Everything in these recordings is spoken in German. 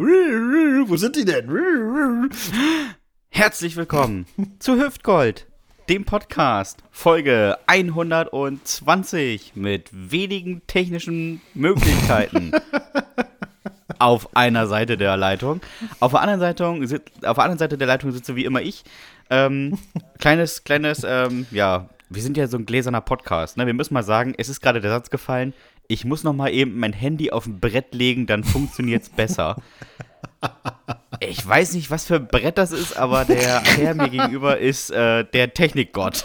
Wo sind die denn? Herzlich willkommen zu Hüftgold, dem Podcast, Folge 120 mit wenigen technischen Möglichkeiten. Auf einer Seite der Leitung. Auf der anderen Seite der Leitung sitze wie immer ich. Kleines, wir sind ja so ein gläserner Podcast, ne? Wir müssen mal sagen, es ist gerade der Satz gefallen, ich muss noch mal eben mein Handy auf ein Brett legen, dann funktioniert's besser. Ich weiß nicht, was für ein Brett das ist, aber der Herr mir gegenüber ist der Technikgott.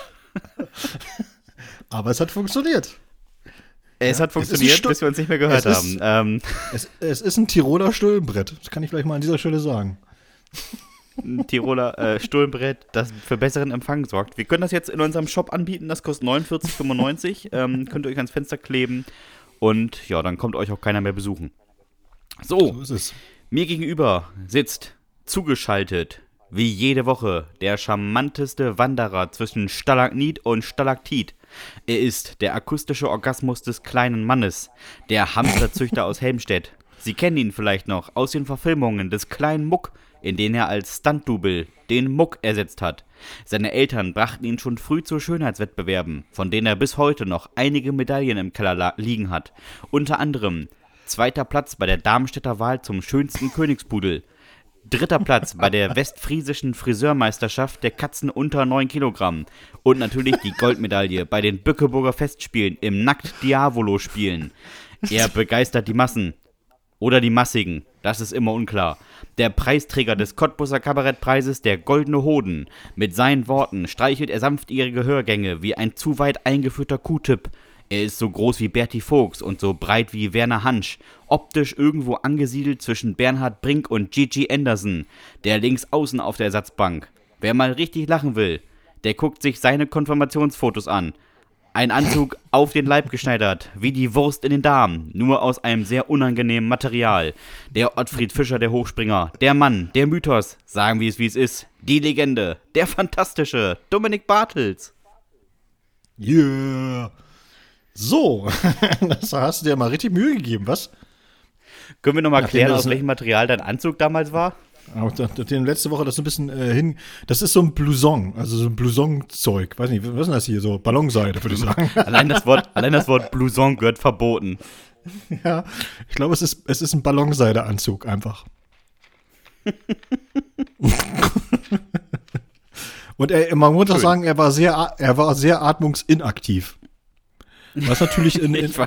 Aber es hat funktioniert. Es hat funktioniert, bis wir uns nicht mehr gehört haben. Es ist ein Tiroler Stullenbrett. Das kann ich vielleicht mal an dieser Stelle sagen. Ein Tiroler Stullenbrett, das für besseren Empfang sorgt. Wir können das jetzt in unserem Shop anbieten. Das kostet 49,95 €. Könnt ihr euch ans Fenster kleben. Und ja, dann kommt euch auch keiner mehr besuchen. So ist es. Mir gegenüber sitzt zugeschaltet, wie jede Woche, der charmanteste Wanderer zwischen Stalagmit und Stalaktit. Er ist der akustische Orgasmus des kleinen Mannes, der Hamsterzüchter aus Helmstedt. Sie kennen ihn vielleicht noch aus den Verfilmungen des kleinen Muck, in denen er als Stunt-Double den Muck ersetzt hat. Seine Eltern brachten ihn schon früh zu Schönheitswettbewerben, von denen er bis heute noch einige Medaillen im Keller liegen hat. Unter anderem 2. Platz bei der Darmstädter Wahl zum schönsten Königspudel. 3. Platz bei der westfriesischen Friseurmeisterschaft der Katzen unter 9 Kilogramm. Und natürlich die Goldmedaille bei den Bückeburger Festspielen im Nackt-Diavolo-Spielen. Er begeistert die Massen. Oder die Massigen, das ist immer unklar. Der Preisträger des Cottbusser Kabarettpreises, der Goldene Hoden. Mit seinen Worten streichelt er sanft ihre Gehörgänge wie ein zu weit eingeführter Q-Tip. Er ist so groß wie Berti Vogts und so breit wie Werner Hansch, optisch irgendwo angesiedelt zwischen Bernhard Brink und Gigi Anderson, der links außen auf der Ersatzbank. Wer mal richtig lachen will, der guckt sich seine Konfirmationsfotos an. Ein Anzug auf den Leib geschneidert, wie die Wurst in den Darm, nur aus einem sehr unangenehmen Material. Der Ottfried Fischer, der Hochspringer, der Mann, der Mythos, sagen wir es wie es ist, die Legende, der fantastische Dominik Bartels. Yeah. So, das hast du dir mal richtig Mühe gegeben, was? Können wir nochmal klären, aus welchem Material dein Anzug damals war? Letzte Woche das so ein bisschen das ist so ein Blouson, also so ein Blouson-Zeug. Weiß nicht, was ist denn das hier? So Ballonseide, würde ich sagen. Allein das Wort Blouson gehört verboten. Ja, ich glaube, es ist ein Ballonseide-Anzug einfach. Und man muss auch sagen, er war sehr atmungsinaktiv. Was natürlich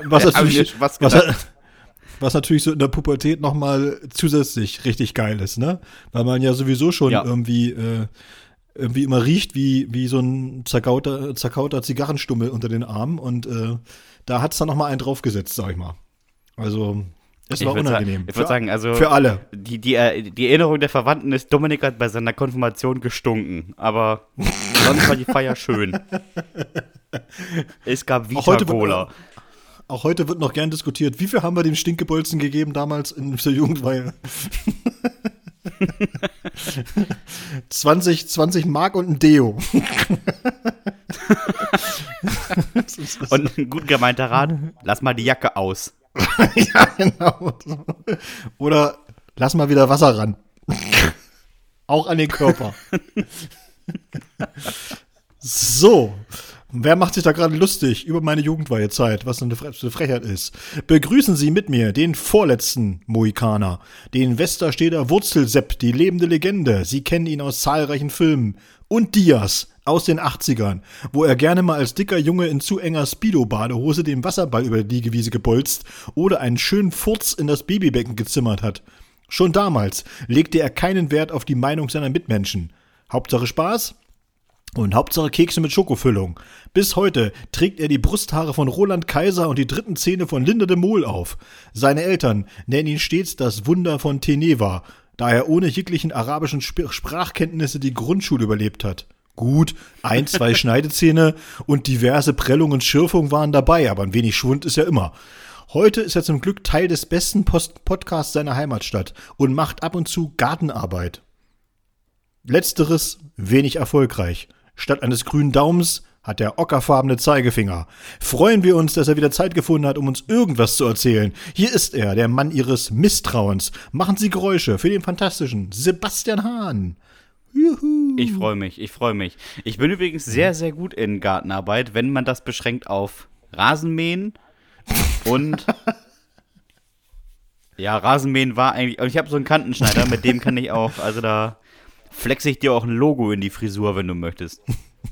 was natürlich so in der Pubertät nochmal zusätzlich richtig geil ist, ne? Weil man ja sowieso schon irgendwie immer riecht wie so ein zerkauter Zigarrenstummel unter den Armen und da hat es dann nochmal einen draufgesetzt, sag ich mal. Also, es war unangenehm. Ich würde sagen, also für alle. Die Erinnerung der Verwandten ist, Dominik hat bei seiner Konfirmation gestunken, aber sonst war die Feier schön. Es gab Vita-Cola. Auch heute wird noch gern diskutiert, wie viel haben wir dem Stinkgebolzen gegeben damals in der Jugendweihe? 20 Mark und ein Deo. Und ein gut gemeinter Rat, lass mal die Jacke aus. Ja, genau. Oder lass mal wieder Wasser ran. Auch an den Körper. So. Wer macht sich da gerade lustig über meine Jugendweihezeit, was eine Frechheit ist? Begrüßen Sie mit mir den vorletzten Mohikaner, den Westersteder Wurzelsepp, die lebende Legende. Sie kennen ihn aus zahlreichen Filmen. Und Diaz aus den 80ern, wo er gerne mal als dicker Junge in zu enger Speedo-Badehose den Wasserball über die Liegewiese gebolzt oder einen schönen Furz in das Babybecken gezimmert hat. Schon damals legte er keinen Wert auf die Meinung seiner Mitmenschen. Hauptsache Spaß? Und Hauptsache Kekse mit Schokofüllung. Bis heute trägt er die Brusthaare von Roland Kaiser und die dritten Zähne von Linda de Mol auf. Seine Eltern nennen ihn stets das Wunder von Teneva, da er ohne jeglichen arabischen Sprachkenntnisse die Grundschule überlebt hat. Gut, 1, 2 Schneidezähne und diverse Prellungen und Schürfungen waren dabei, aber ein wenig Schwund ist ja immer. Heute ist er zum Glück Teil des besten Podcasts seiner Heimatstadt und macht ab und zu Gartenarbeit. Letzteres wenig erfolgreich. Statt eines grünen Daumens hat der ockerfarbene Zeigefinger. Freuen wir uns, dass er wieder Zeit gefunden hat, um uns irgendwas zu erzählen. Hier ist er, der Mann Ihres Misstrauens. Machen Sie Geräusche für den fantastischen Sebastian Hahn. Juhu. Ich freue mich. Ich bin übrigens sehr, sehr gut in Gartenarbeit, wenn man das beschränkt auf Rasenmähen und ja, Rasenmähen war eigentlich, und ich habe so einen Kantenschneider, mit dem kann ich auch, also da flexe ich dir auch ein Logo in die Frisur, wenn du möchtest.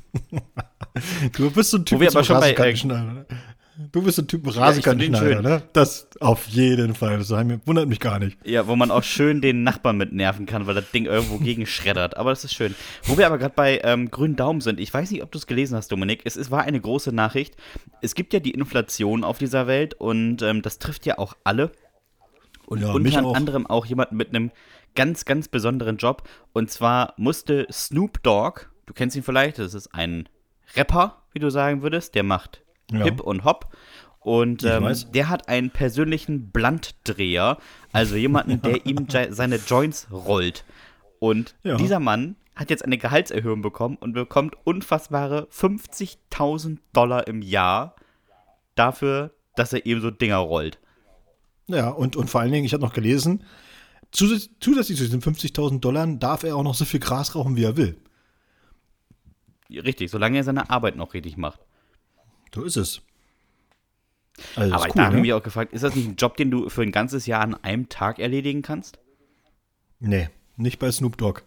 Du bist so ein Typ mit Rasenkantenschneider. Du bist ein Typ mit Rasenkantenschneider, ne? Das auf jeden Fall. Das wundert mich gar nicht. Ja, wo man auch schön den Nachbarn mit nerven kann, weil das Ding irgendwo gegen schreddert. Aber das ist schön. Wo wir aber gerade bei grünen Daumen sind. Ich weiß nicht, ob du es gelesen hast, Dominik. Es war eine große Nachricht. Es gibt ja die Inflation auf dieser Welt und das trifft ja auch alle. Und ja, unter anderem auch jemanden mit einem ganz, ganz besonderen Job. Und zwar musste Snoop Dogg, du kennst ihn vielleicht, das ist ein Rapper, wie du sagen würdest, der macht Hip und Hop. Und der hat einen persönlichen Bluntdreher, also jemanden, der ihm seine Joints rollt. Und dieser Mann hat jetzt eine Gehaltserhöhung bekommen und bekommt unfassbare $50.000 im Jahr dafür, dass er eben so Dinger rollt. Ja, und vor allen Dingen, ich habe noch gelesen, zusätzlich zu diesen $50.000 darf er auch noch so viel Gras rauchen, wie er will. Richtig, solange er seine Arbeit noch richtig macht. So ist es. Also aber da habe ich mich auch gefragt, ist das nicht ein Job, den du für ein ganzes Jahr an einem Tag erledigen kannst? Nee, nicht bei Snoop Dogg.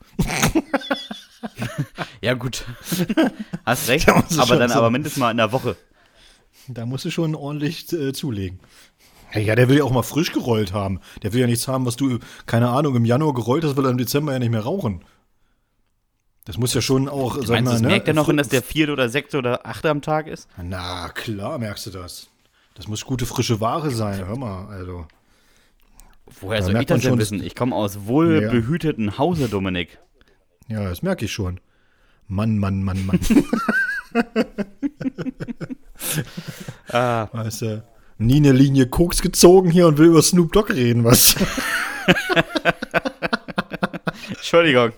Ja gut, hast recht, aber dann aber mindestens mal in der Woche. Da musst du schon ordentlich zulegen. Ja, der will ja auch mal frisch gerollt haben. Der will ja nichts haben, was du, keine Ahnung, im Januar gerollt hast, will er im Dezember ja nicht mehr rauchen. Das muss ja schon auch, sag mal, das merkt er noch, wenn das der 4. oder 6. oder 8. am Tag ist? Na, klar merkst du das. Das muss gute, frische Ware sein, hör mal, also. Woher soll ich das denn wissen? Ich komme aus wohlbehüteten Hause, Dominik. Ja, das merke ich schon. Mann. Weißt du, nie eine Linie Koks gezogen hier und will über Snoop Dogg reden, was? Entschuldigung.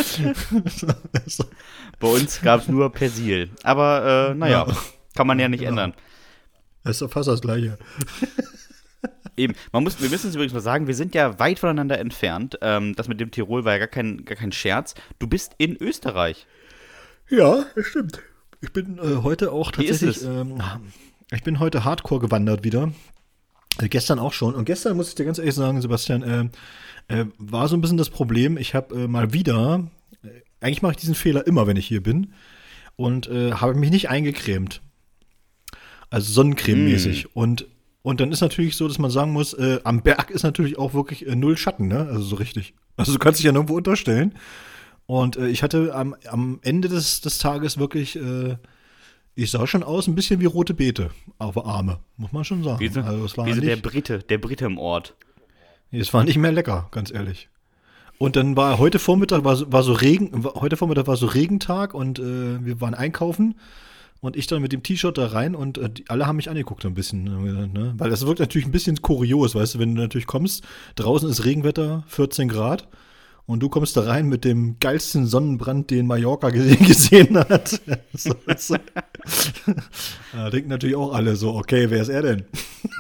Bei uns gab es nur Persil. Aber, naja, kann man ja nicht ändern. Das ist doch fast das Gleiche. Eben, wir müssen es übrigens mal sagen, wir sind ja weit voneinander entfernt. Das mit dem Tirol war ja gar kein Scherz. Du bist in Österreich. Ja, das stimmt. Ich bin heute auch tatsächlich, ich bin heute Hardcore gewandert wieder. Gestern auch schon. Und gestern, muss ich dir ganz ehrlich sagen, Sebastian, war so ein bisschen das Problem, ich habe mal wieder, eigentlich mache ich diesen Fehler immer, wenn ich hier bin, und habe mich nicht eingecremt. Also Sonnencreme-mäßig. Und dann ist natürlich so, dass man sagen muss, am Berg ist natürlich auch wirklich null Schatten, ne? Also so richtig. Also du kannst dich ja nirgendwo unterstellen. Und ich hatte am Ende des Tages wirklich, ich sah schon aus ein bisschen wie rote Beete auf der Arme, muss man schon sagen. Wie der Brite im Ort. Nee, es war nicht mehr lecker, ganz ehrlich. Und dann war heute Vormittag war so Regentag und wir waren einkaufen. Und ich dann mit dem T-Shirt da rein und alle haben mich angeguckt ein bisschen. Ne? Weil das wirkt natürlich ein bisschen kurios, weißt du, wenn du natürlich kommst, draußen ist Regenwetter, 14 Grad und du kommst da rein mit dem geilsten Sonnenbrand, den Mallorca gesehen hat. Da denken natürlich auch alle so, okay, wer ist er denn?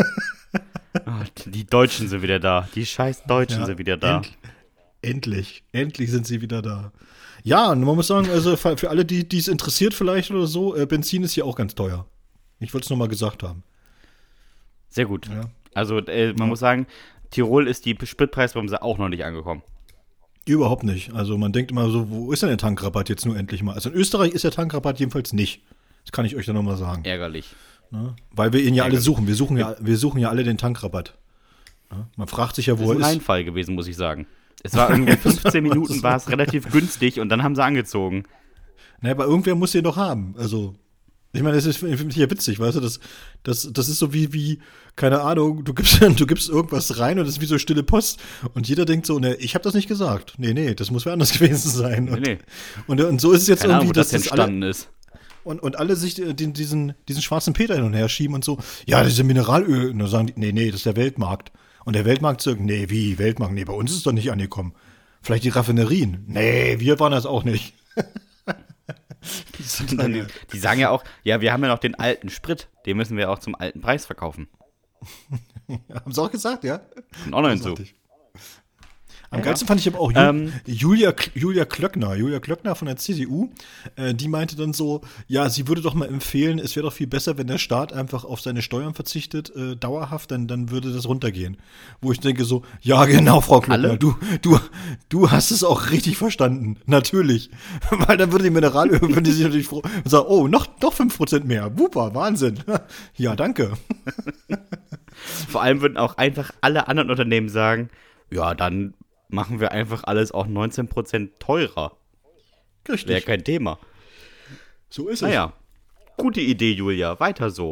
Die Deutschen sind wieder da. Die scheiß Deutschen sind wieder da. Endlich sind sie wieder da. Ja, und man muss sagen, also für alle, die es interessiert vielleicht oder so, Benzin ist hier auch ganz teuer. Ich wollte es nochmal gesagt haben. Sehr gut. Ja. Also man muss sagen, Tirol ist die Spritpreisbremse auch noch nicht angekommen. Überhaupt nicht. Also man denkt immer so, wo ist denn der Tankrabatt jetzt nur endlich mal? Also in Österreich ist der Tankrabatt jedenfalls nicht. Das kann ich euch dann nochmal sagen. Ärgerlich. Ne? Weil wir ihn ja alle suchen. Wir suchen ja alle den Tankrabatt. Ne? Man fragt sich ja, wo er ist. Das ist ein Reinfall gewesen, muss ich sagen. Es war irgendwie 15 Minuten, war es relativ günstig und dann haben sie angezogen. Naja, aber irgendwer muss den doch haben. Also, ich meine, das ist für mich ja witzig, weißt du, das ist so wie, keine Ahnung, du gibst irgendwas rein und das ist wie so stille Post und jeder denkt so, ne, ich habe das nicht gesagt. Nee, das muss wer anders gewesen sein. Und so ist es jetzt keine irgendwie, Ahnung, wo das entstanden ist. Und alle sich diesen schwarzen Peter hin und her schieben und so, ja, das ist ja Mineralöl. Und dann sagen die, nee, das ist der Weltmarkt. Und der Weltmarkt sagt, nee, wie, Weltmarkt? Nee, bei uns ist es doch nicht angekommen. Vielleicht die Raffinerien. Nee, wir waren das auch nicht. Die sagen ja auch, ja, wir haben ja noch den alten Sprit, den müssen wir auch zum alten Preis verkaufen. Haben sie auch gesagt, ja? Und auch noch hinzu. Am geilsten fand ich aber auch Julia Klöckner von der CDU, die meinte dann so, ja, sie würde doch mal empfehlen, es wäre doch viel besser, wenn der Staat einfach auf seine Steuern verzichtet, dauerhaft, dann würde das runtergehen. Wo ich denke so, ja genau, Frau Klöckner, du hast es auch richtig verstanden, natürlich. Weil dann würde die Mineralöl, würde die sich natürlich froh und sagen, oh, noch 5% mehr, super, Wahnsinn. Ja, danke. Vor allem würden auch einfach alle anderen Unternehmen sagen, ja, dann machen wir einfach alles auch 19% teurer. Richtig. Wäre kein Thema. So ist es. Naja, gute Idee, Julia. Weiter so.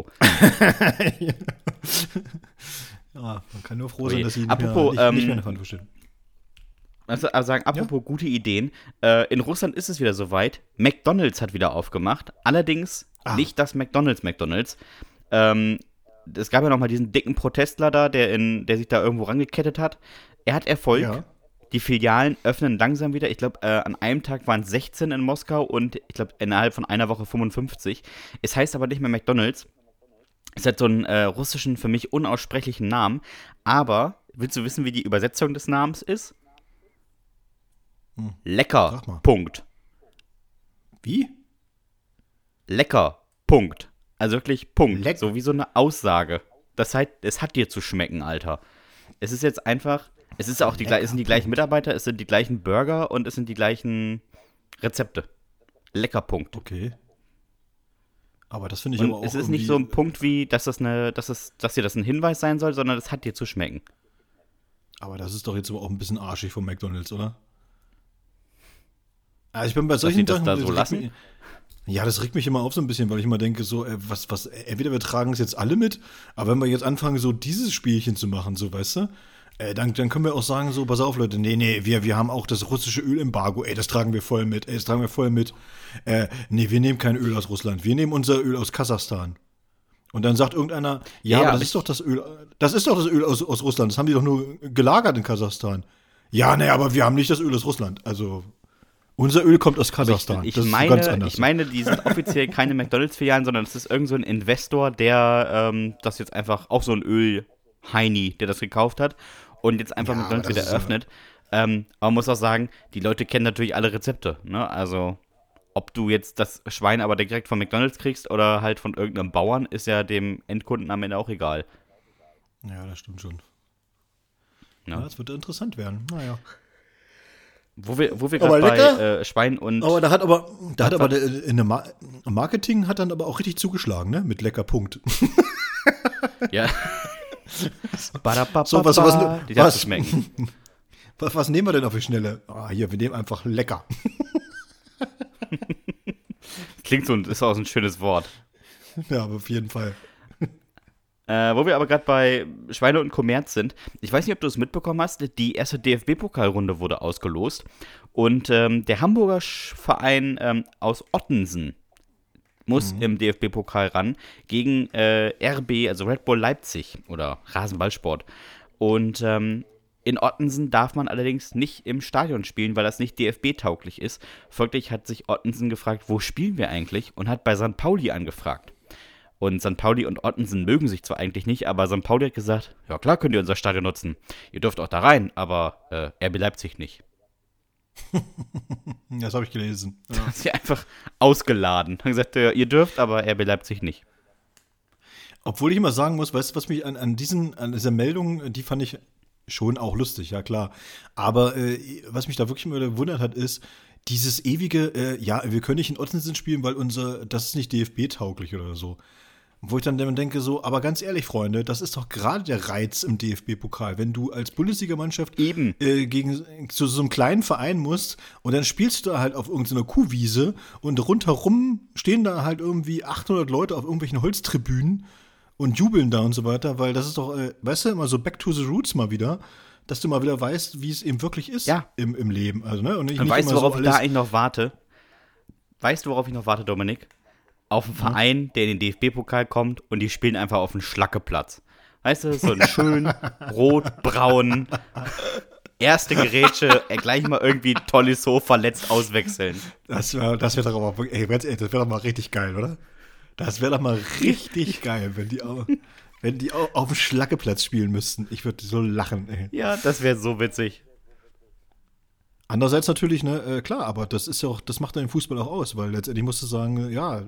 Ja, man kann nur froh sein, dass sie nicht mehr in der Verantwortung stehen. Also sagen, apropos gute Ideen. In Russland ist es wieder soweit. McDonald's hat wieder aufgemacht. Allerdings nicht das McDonald's. Es gab ja noch mal diesen dicken Protestler da, der sich da irgendwo rangekettet hat. Er hat Erfolg. Ja. Die Filialen öffnen langsam wieder. Ich glaube, an einem Tag waren es 16 in Moskau und ich glaube, innerhalb von einer Woche 55. Es heißt aber nicht mehr McDonald's. Es hat so einen russischen, für mich unaussprechlichen Namen. Aber, willst du wissen, wie die Übersetzung des Namens ist? Lecker. Punkt. Wie? Lecker. Punkt. Also wirklich Punkt. So wie so eine Aussage. Das heißt, es hat dir zu schmecken, Alter. Es ist jetzt einfach, es ist auch es sind die gleichen Mitarbeiter, es sind die gleichen Burger und es sind die gleichen Rezepte. Lecker Punkt. Okay. Aber das finde ich und aber auch es ist nicht so ein Punkt wie, dass dir das ein Hinweis sein soll, sondern es hat dir zu schmecken. Aber das ist doch jetzt aber auch ein bisschen arschig von McDonald's, oder? Also ich bin bei solchen Sachen, das da so lassen. Ja, das regt mich immer auf so ein bisschen, weil ich immer denke, so, entweder wir tragen es jetzt alle mit, aber wenn wir jetzt anfangen, so dieses Spielchen zu machen, so, weißt du, dann können wir auch sagen, so, pass auf, Leute, nee, wir haben auch das russische Ölembargo, das tragen wir voll mit, nee, wir nehmen kein Öl aus Russland, wir nehmen unser Öl aus Kasachstan. Und dann sagt irgendeiner, aber das ist doch das Öl aus Russland, das haben die doch nur gelagert in Kasachstan. Ja, nee, aber wir haben nicht das Öl aus Russland, also unser Öl kommt aus Kasachstan. Ich meine, die sind offiziell keine McDonalds-Filialen, sondern es ist irgend so ein Investor, der das jetzt einfach, auch so ein Öl-Heini, der das gekauft hat und jetzt einfach McDonalds wieder eröffnet. Aber man muss auch sagen, die Leute kennen natürlich alle Rezepte. Ne? Also, ob du jetzt das Schwein aber direkt von McDonalds kriegst oder halt von irgendeinem Bauern, ist ja dem Endkunden am Ende auch egal. Ja, das stimmt schon. Ja, das wird interessant werden. Naja. Wo wir gerade bei Schwein und... Aber Marketing hat dann aber auch richtig zugeschlagen, ne? Mit lecker Punkt. Ja. So, was nehmen wir denn auf die Schnelle? Hier, wir nehmen einfach lecker. Klingt so, ist auch so ein schönes Wort. Ja, aber auf jeden Fall. Wo wir aber gerade bei Schweine und Kommerz sind, ich weiß nicht, ob du es mitbekommen hast, die erste DFB-Pokalrunde wurde ausgelost und der Hamburger Verein aus Ottensen muss im DFB-Pokal ran gegen RB, also Red Bull Leipzig oder Rasenballsport. Und in Ottensen darf man allerdings nicht im Stadion spielen, weil das nicht DFB-tauglich ist. Folglich hat sich Ottensen gefragt, wo spielen wir eigentlich? Und hat bei St. Pauli angefragt. Und St. Pauli und Ottensen mögen sich zwar eigentlich nicht, aber St. Pauli hat gesagt, ja klar könnt ihr unser Stadion nutzen. Ihr dürft auch da rein, aber RB Leipzig nicht. Das habe ich gelesen. Ja. Hat sie einfach ausgeladen. Hat gesagt, ihr dürft, aber RB Leipzig nicht. Obwohl ich immer sagen muss, weißt du, was mich an dieser Meldung, die fand ich schon auch lustig, ja klar. Aber was mich da wirklich immer gewundert hat, ist, dieses ewige, wir können nicht in Ottensen spielen, weil das ist nicht DFB-tauglich oder so. Wo ich dann denke so, aber ganz ehrlich, Freunde, das ist doch gerade der Reiz im DFB-Pokal, wenn du als Bundesligamannschaft gegen zu so einem kleinen Verein musst und dann spielst du da halt auf irgendeiner Kuhwiese und rundherum stehen da halt irgendwie 800 Leute auf irgendwelchen Holztribünen und jubeln da und so weiter, weil das ist doch, weißt du, immer so back to the roots mal wieder, dass du mal wieder weißt, wie es eben wirklich ist im Leben. Also, ne? Und weißt du, worauf ich da eigentlich noch warte? Weißt du, worauf ich noch warte, Dominik? Auf einen Verein, der in den DFB-Pokal kommt und die spielen einfach auf einen Schlackeplatz. Weißt du, so einen schönen, rot-braunen Erste Gerätsche, gleich mal irgendwie Tolisso verletzt auswechseln. Das wär doch aber, ey, ganz ehrlich, das wäre doch mal richtig geil, oder? Das wäre doch mal richtig geil, wenn die auch auf dem Schlackeplatz spielen müssten. Ich würde so lachen, ey. Ja, das wäre so witzig. Andererseits natürlich, ne, klar, aber das ist ja auch, das macht ja den Fußball auch aus, weil letztendlich musst du sagen, ja,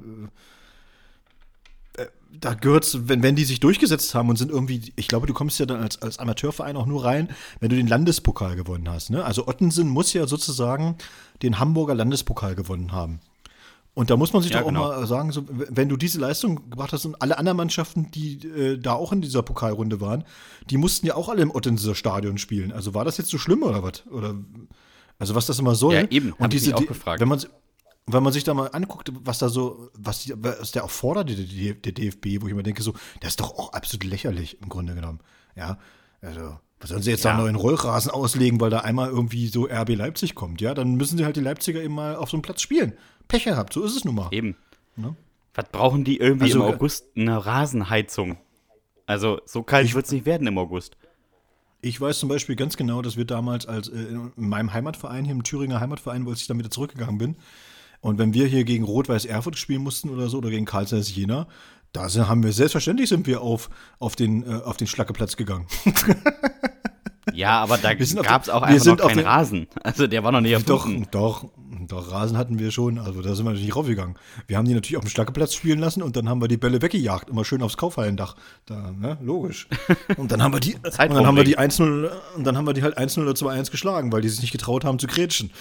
da gehört's, wenn die sich durchgesetzt haben und sind irgendwie, ich glaube, du kommst ja dann als Amateurverein auch nur rein, wenn du den Landespokal gewonnen hast, ne? Also Ottensen muss ja sozusagen den Hamburger Landespokal gewonnen haben. Und da muss man sich Ja, doch auch genau. mal sagen, so, wenn du diese Leistung gebracht hast und alle anderen Mannschaften, die da auch in dieser Pokalrunde waren, die mussten ja auch alle im Ottenser Stadion spielen. Also war das jetzt so schlimm oder was? Oder also was das immer soll. Ja, eben, hab Und ich diese, mich auch gefragt. wenn man sich da mal anguckt, was der auch fordert, der DFB, wo ich immer denke, so, das ist doch auch absolut lächerlich im Grunde genommen. Ja, also, was sollen sie jetzt da einen neuen Rollrasen auslegen, weil da einmal irgendwie so RB Leipzig kommt, ja? Dann müssen sie halt die Leipziger eben mal auf so einem Platz spielen. Pech gehabt, so ist es nun mal. Eben. Ne? Was brauchen die irgendwie Also, im August? Eine Rasenheizung. Also, so kalt wird es nicht werden im August. Ich weiß zum Beispiel ganz genau, dass wir damals in meinem Heimatverein, hier im Thüringer Heimatverein, wo ich dann wieder zurückgegangen bin, und wenn wir hier gegen Rot-Weiß Erfurt spielen mussten oder so, oder gegen Karl Zeiss Jena, haben wir selbstverständlich auf den Schlackeplatz gegangen. Ja, aber da Wir sind auf gab es den- auch wir einfach sind noch auf keinen den- Rasen. Also, der war noch nicht erfunden. Doch, Rasen hatten wir schon, also da sind wir natürlich nicht raufgegangen. Wir haben die natürlich auf dem Schlackeplatz spielen lassen und dann haben wir die Bälle weggejagt, immer schön aufs Kaufhallendach. Da, ne, logisch. Und dann haben wir die, und dann haben wir die 1-0, und dann haben wir die halt 1-0 oder 2-1 geschlagen, weil die sich nicht getraut haben zu grätschen.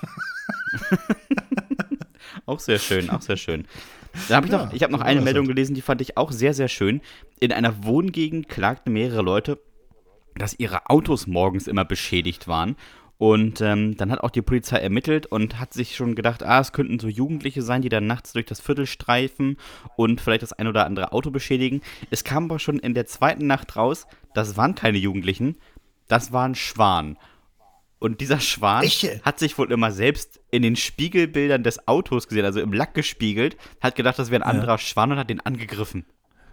Auch sehr schön, auch sehr schön. Dann hab ich habe noch eine Meldung gelesen, die fand ich auch sehr, sehr schön. In einer Wohngegend klagten mehrere Leute, dass ihre Autos morgens immer beschädigt waren. Und dann hat auch die Polizei ermittelt und hat sich schon gedacht, es könnten so Jugendliche sein, die dann nachts durch das Viertel streifen und vielleicht das ein oder andere Auto beschädigen. Es kam aber schon in der zweiten Nacht raus, das waren keine Jugendlichen, das war ein Schwan. Und dieser Schwan hat sich wohl immer selbst in den Spiegelbildern des Autos gesehen, also im Lack gespiegelt, hat gedacht, das wäre ein anderer Schwan und hat den angegriffen.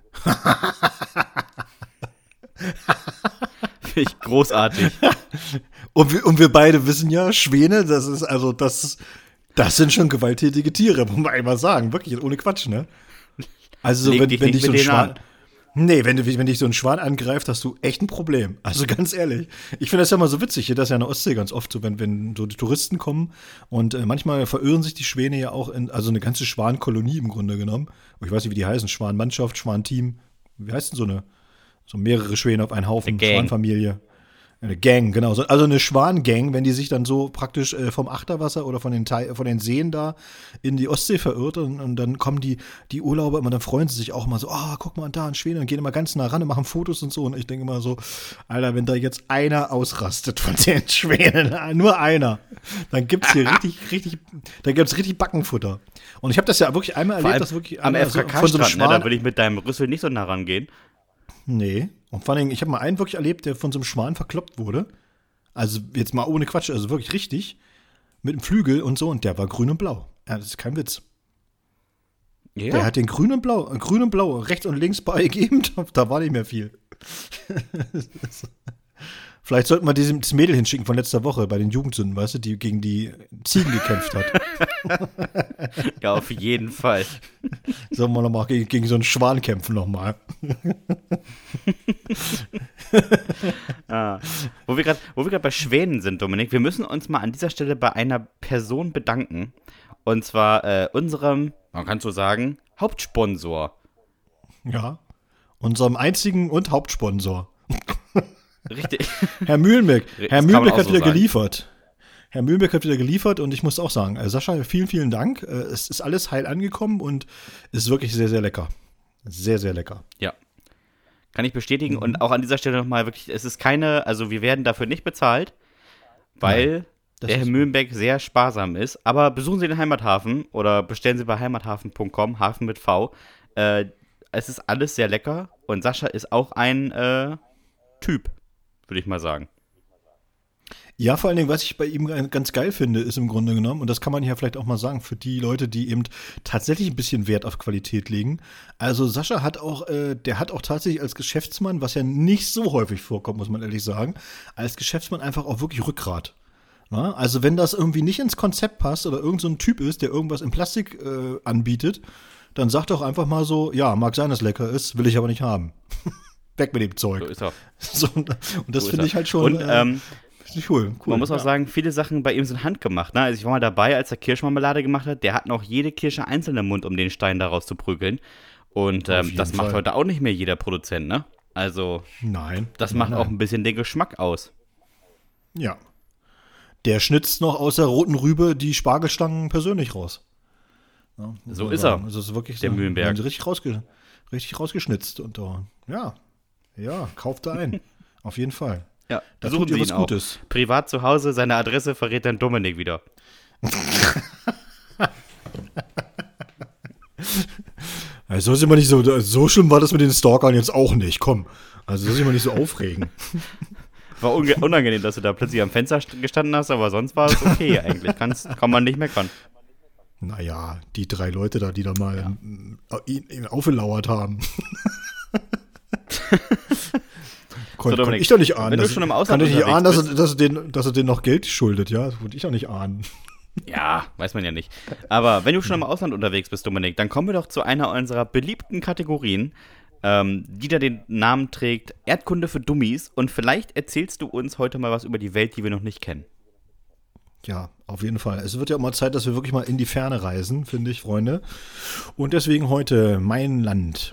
Finde ich großartig. Und wir beide wissen ja, Schwäne, das sind schon gewalttätige Tiere, muss man einmal sagen. Wirklich, ohne Quatsch, ne? Also, Leg dich wenn nicht dich so ein mit denen Schwan. an. Nee, wenn dich so ein Schwan angreift, hast du echt ein Problem. Also ganz ehrlich. Ich finde das ja mal so witzig, hier das ist ja in der Ostsee ganz oft so, wenn so die Touristen kommen und manchmal verirren sich die Schwäne ja auch also eine ganze Schwankolonie im Grunde genommen. Ich weiß nicht, wie die heißen, Schwanmannschaft, Schwanteam. Wie heißt denn so mehrere Schwäne auf einen Haufen, Eine Gang. Schwanfamilie? Eine Gang, genau. Also eine Schwangang, wenn die sich dann so praktisch vom Achterwasser oder von den Seen da in die Ostsee verirrt und dann kommen die Urlauber immer, dann freuen sie sich auch immer so, guck mal da, ein Schwäne, und gehen immer ganz nah ran und machen Fotos und so. Und ich denke immer so, Alter, wenn da jetzt einer ausrastet von den Schwänen, nur einer, dann gibt's hier richtig Backenfutter. Und ich habe das ja wirklich einmal Vor erlebt, allem dass wirklich am einer FKK-Strand, ne, da würde ich mit deinem Rüssel nicht so nah rangehen. Nee. Und vor allem, ich habe mal einen wirklich erlebt, der von so einem Schwan verkloppt wurde. Also jetzt mal ohne Quatsch, also wirklich richtig. Mit einem Flügel und so. Und der war grün und blau. Ja, das ist kein Witz. Ja. Der hat den grün und blau, rechts und links beigegeben. Da war nicht mehr viel. Vielleicht sollten wir das Mädel hinschicken von letzter Woche bei den Jugendsünden, weißt du, die gegen die Ziegen gekämpft hat. Ja, auf jeden Fall. Sollen wir nochmal gegen so einen Schwan kämpfen nochmal. Wo wir gerade bei Schwänen sind, Dominik, wir müssen uns mal an dieser Stelle bei einer Person bedanken. Und zwar unserem, man kann so sagen, Hauptsponsor. Ja. Unserem einzigen und Hauptsponsor. Richtig. Herr Mühlenbeck. Das Herr kann man Mühlenbeck auch hat so wieder sagen. geliefert. Herr Mühlenbeck hat wieder geliefert und ich muss auch sagen, Sascha, vielen, vielen Dank. Es ist alles heil angekommen und ist wirklich sehr, sehr lecker. Sehr, sehr lecker. Ja. Kann ich bestätigen. Und auch an dieser Stelle nochmal wirklich, es ist also wir werden dafür nicht bezahlt, weil das der Herr ist- Mühlenbeck sehr sparsam ist. Aber besuchen Sie den Heimathafen oder bestellen Sie bei heimathafen.com, Hafen mit V. Es ist alles sehr lecker und Sascha ist auch ein Typ, würde ich mal sagen. Ja, vor allen Dingen, was ich bei ihm ganz geil finde, ist im Grunde genommen, und das kann man ja vielleicht auch mal sagen, für die Leute, die eben tatsächlich ein bisschen Wert auf Qualität legen. Also Sascha hat auch, der hat auch tatsächlich als Geschäftsmann, was ja nicht so häufig vorkommt, muss man ehrlich sagen, als Geschäftsmann einfach auch wirklich Rückgrat. Na? Also wenn das irgendwie nicht ins Konzept passt oder irgend so ein Typ ist, der irgendwas in Plastik anbietet, dann sagt doch einfach mal so, ja, mag sein, dass lecker ist, will ich aber nicht haben. Weg mit dem Zeug. So ist er. So, und das So finde ist ich er. halt schon Und cool. man muss auch sagen, viele Sachen bei ihm sind handgemacht. Ne? Also ich war mal dabei, als er Kirschmarmelade gemacht hat. Der hat noch jede Kirsche einzeln im Mund, um den Stein daraus zu prügeln. Und Auf jeden das macht Fall. heute auch nicht mehr jeder Produzent, ne? Also Nein. das nein, macht auch nein. ein bisschen den Geschmack aus. Ja. Der schnitzt noch aus der roten Rübe die Spargelstangen persönlich raus. Ja, muss So man ist sagen. er, Also es ist wirklich der so, Mühlenberg. haben sie richtig rausgeschnitzt. Und ja, kauft da ein. Auf jeden Fall. Ja, Da besuchen tut ihr Sie was ihn auch. Gutes. Privat zu Hause, seine Adresse verrät dann Dominik wieder. Also soll sich mal nicht so schlimm war das mit den Stalkern jetzt auch nicht. Komm. Also soll sich mal nicht so aufregen. War unangenehm, dass du da plötzlich am Fenster gestanden hast, aber sonst war es okay eigentlich. Kann man nicht meckern. Naja, die 3 Leute da, die da mal ihn aufgelauert haben. Konnte Dominik, ich doch nicht ahnen. wenn du schon im Ausland kann ich nicht ahnen, unterwegs dass er denen noch Geld schuldet, ja? Das wollte ich doch nicht ahnen. Ja, weiß man ja nicht. Aber wenn du schon im Ausland unterwegs bist, Dominik, dann kommen wir doch zu einer unserer beliebten Kategorien, die da den Namen trägt Erdkunde für Dummies. Und vielleicht erzählst du uns heute mal was über die Welt, die wir noch nicht kennen. Ja, auf jeden Fall. Es wird ja auch mal Zeit, dass wir wirklich mal in die Ferne reisen, finde ich, Freunde. Und deswegen heute mein Land.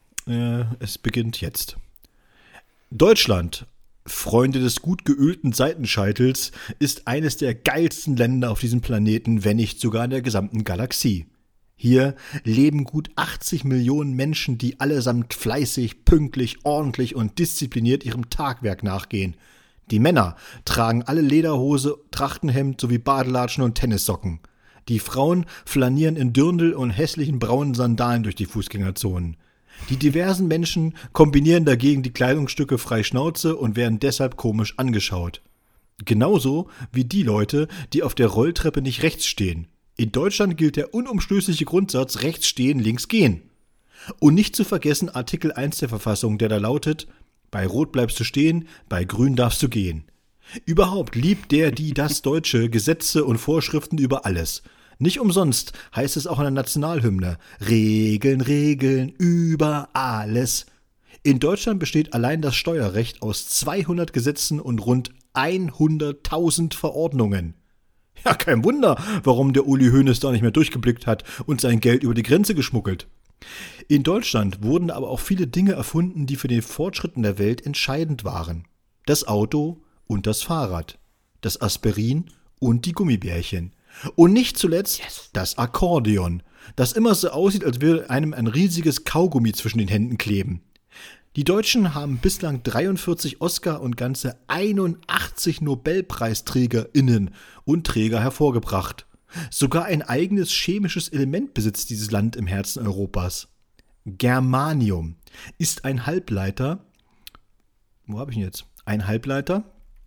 Es beginnt jetzt. Deutschland, Freunde des gut geölten Seitenscheitels, ist eines der geilsten Länder auf diesem Planeten, wenn nicht sogar in der gesamten Galaxie. Hier leben gut 80 Millionen Menschen, die allesamt fleißig, pünktlich, ordentlich und diszipliniert ihrem Tagwerk nachgehen. Die Männer tragen alle Lederhose, Trachtenhemd sowie Badelatschen und Tennissocken. Die Frauen flanieren in Dirndl und hässlichen braunen Sandalen durch die Fußgängerzonen. Die diversen Menschen kombinieren dagegen die Kleidungsstücke frei Schnauze und werden deshalb komisch angeschaut. Genauso wie die Leute, die auf der Rolltreppe nicht rechts stehen. In Deutschland gilt der unumstößliche Grundsatz rechts stehen, links gehen. Und nicht zu vergessen Artikel 1 der Verfassung, der da lautet: Bei Rot bleibst du stehen, bei Grün darfst du gehen. Überhaupt liebt das Deutsche Gesetze und Vorschriften über alles. Nicht umsonst heißt es auch in der Nationalhymne: Regeln, Regeln über alles. In Deutschland besteht allein das Steuerrecht aus 200 Gesetzen und rund 100.000 Verordnungen. Ja, kein Wunder, warum der Uli Hoeneß da nicht mehr durchgeblickt hat und sein Geld über die Grenze geschmuggelt. In Deutschland wurden aber auch viele Dinge erfunden, die für den Fortschritt in der Welt entscheidend waren. Das Auto und das Fahrrad, das Aspirin und die Gummibärchen. Und nicht zuletzt das Akkordeon, das immer so aussieht, als würde einem ein riesiges Kaugummi zwischen den Händen kleben. Die Deutschen haben bislang 43 Oscar- und ganze 81 NobelpreisträgerInnen und Träger hervorgebracht. Sogar ein eigenes chemisches Element besitzt dieses Land im Herzen Europas. Germanium ist ein Halbleiter. Wo habe ich ihn jetzt? Ein Halbleiter,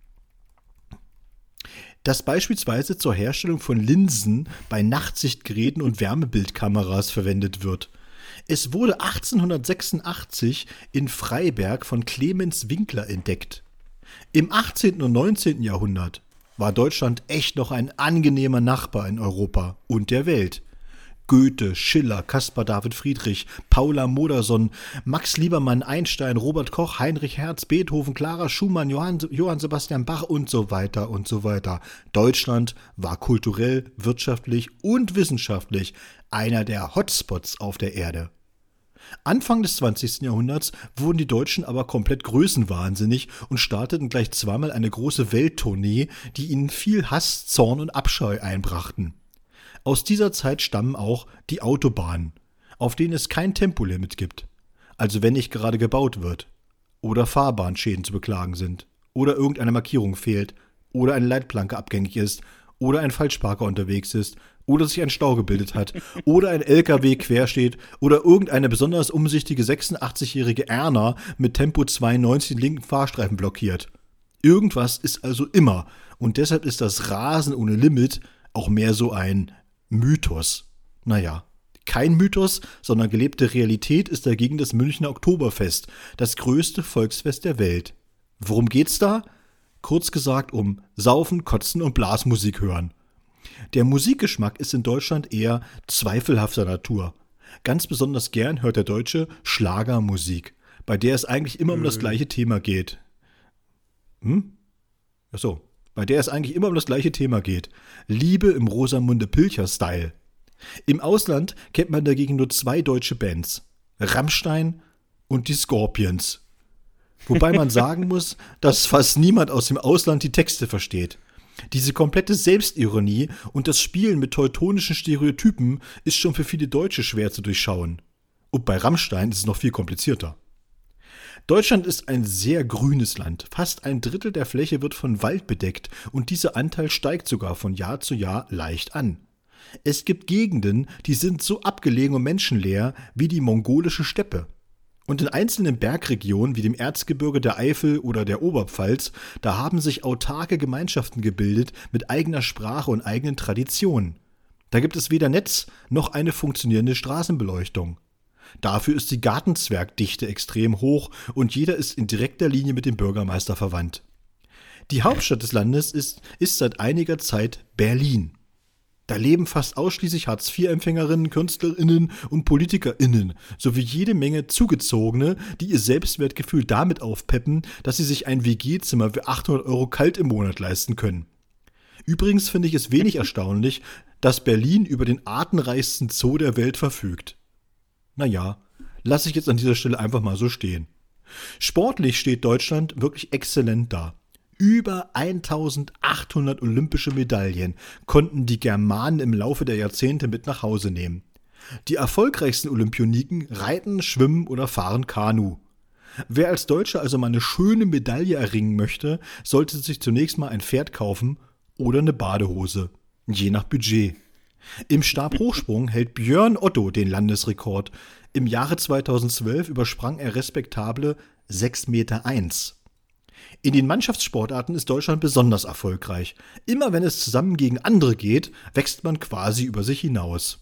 das beispielsweise zur Herstellung von Linsen bei Nachtsichtgeräten und Wärmebildkameras verwendet wird. Es wurde 1886 in Freiberg von Clemens Winkler entdeckt. Im 18. und 19. Jahrhundert war Deutschland echt noch ein angenehmer Nachbar in Europa und der Welt. Goethe, Schiller, Caspar David Friedrich, Paula Modersohn, Max Liebermann, Einstein, Robert Koch, Heinrich Hertz, Beethoven, Clara Schumann, Johann Sebastian Bach und so weiter und so weiter. Deutschland war kulturell, wirtschaftlich und wissenschaftlich einer der Hotspots auf der Erde. Anfang des 20. Jahrhunderts wurden die Deutschen aber komplett größenwahnsinnig und starteten gleich zweimal eine große Welttournee, die ihnen viel Hass, Zorn und Abscheu einbrachten. Aus dieser Zeit stammen auch die Autobahnen, auf denen es kein Tempolimit gibt, also wenn nicht gerade gebaut wird, oder Fahrbahnschäden zu beklagen sind, oder irgendeine Markierung fehlt, oder eine Leitplanke abgängig ist, oder ein Falschparker unterwegs ist, oder sich ein Stau gebildet hat, oder ein LKW quer steht, oder irgendeine besonders umsichtige 86-jährige Erna mit Tempo 92 den linken Fahrstreifen blockiert. Irgendwas ist also immer und deshalb ist das Rasen ohne Limit auch mehr so ein Mythos. Naja, kein Mythos, sondern gelebte Realität ist dagegen das Münchner Oktoberfest, das größte Volksfest der Welt. Worum geht's da? Kurz gesagt um Saufen, Kotzen und Blasmusik hören. Der Musikgeschmack ist in Deutschland eher zweifelhafter Natur. Ganz besonders gern hört der Deutsche Schlagermusik, bei der es eigentlich immer um das gleiche Thema geht. Bei der es eigentlich immer um das gleiche Thema geht. Liebe im Rosamunde Pilcher-Style. Im Ausland kennt man dagegen nur 2 deutsche Bands. Rammstein und die Scorpions. Wobei man sagen muss, dass fast niemand aus dem Ausland die Texte versteht. Diese komplette Selbstironie und das Spielen mit teutonischen Stereotypen ist schon für viele Deutsche schwer zu durchschauen. Und bei Rammstein ist es noch viel komplizierter. Deutschland ist ein sehr grünes Land. Fast 1/3 der Fläche wird von Wald bedeckt und dieser Anteil steigt sogar von Jahr zu Jahr leicht an. Es gibt Gegenden, die sind so abgelegen und menschenleer wie die mongolische Steppe. Und in einzelnen Bergregionen wie dem Erzgebirge der Eifel oder der Oberpfalz, da haben sich autarke Gemeinschaften gebildet mit eigener Sprache und eigenen Traditionen. Da gibt es weder Netz noch eine funktionierende Straßenbeleuchtung. Dafür ist die Gartenzwergdichte extrem hoch und jeder ist in direkter Linie mit dem Bürgermeister verwandt. Die Hauptstadt des Landes ist seit einiger Zeit Berlin. Da leben fast ausschließlich Hartz-IV-Empfängerinnen, KünstlerInnen und PolitikerInnen sowie jede Menge Zugezogene, die ihr Selbstwertgefühl damit aufpeppen, dass sie sich ein WG-Zimmer für 800 € kalt im Monat leisten können. Übrigens finde ich es wenig erstaunlich, dass Berlin über den artenreichsten Zoo der Welt verfügt. Naja, lasse ich jetzt an dieser Stelle einfach mal so stehen. Sportlich steht Deutschland wirklich exzellent da. Über 1800 olympische Medaillen konnten die Germanen im Laufe der Jahrzehnte mit nach Hause nehmen. Die erfolgreichsten Olympioniken reiten, schwimmen oder fahren Kanu. Wer als Deutscher also mal eine schöne Medaille erringen möchte, sollte sich zunächst mal ein Pferd kaufen oder eine Badehose, je nach Budget. Im Stabhochsprung hält Björn Otto den Landesrekord. Im Jahre 2012 übersprang er respektable 6,1 Meter. In den Mannschaftssportarten ist Deutschland besonders erfolgreich. Immer wenn es zusammen gegen andere geht, wächst man quasi über sich hinaus.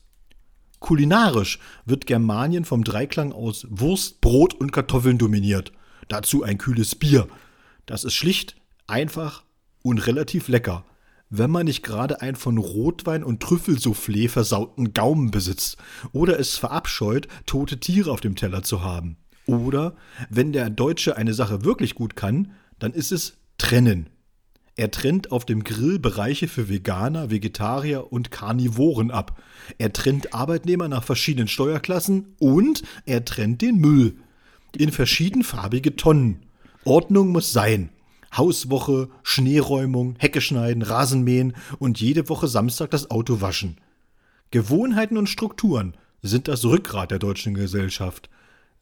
Kulinarisch wird Germanien vom Dreiklang aus Wurst, Brot und Kartoffeln dominiert. Dazu ein kühles Bier. Das ist schlicht, einfach und relativ lecker, wenn man nicht gerade einen von Rotwein und Trüffelsoufflé versauten Gaumen besitzt oder es verabscheut, tote Tiere auf dem Teller zu haben. Oder, wenn der Deutsche eine Sache wirklich gut kann, dann ist es Trennen. Er trennt auf dem Grill Bereiche für Veganer, Vegetarier und Karnivoren ab. Er trennt Arbeitnehmer nach verschiedenen Steuerklassen und er trennt den Müll in verschiedenfarbige Tonnen. Ordnung muss sein. Hauswoche, Schneeräumung, Hecke schneiden, Rasenmähen und jede Woche Samstag das Auto waschen. Gewohnheiten und Strukturen sind das Rückgrat der deutschen Gesellschaft.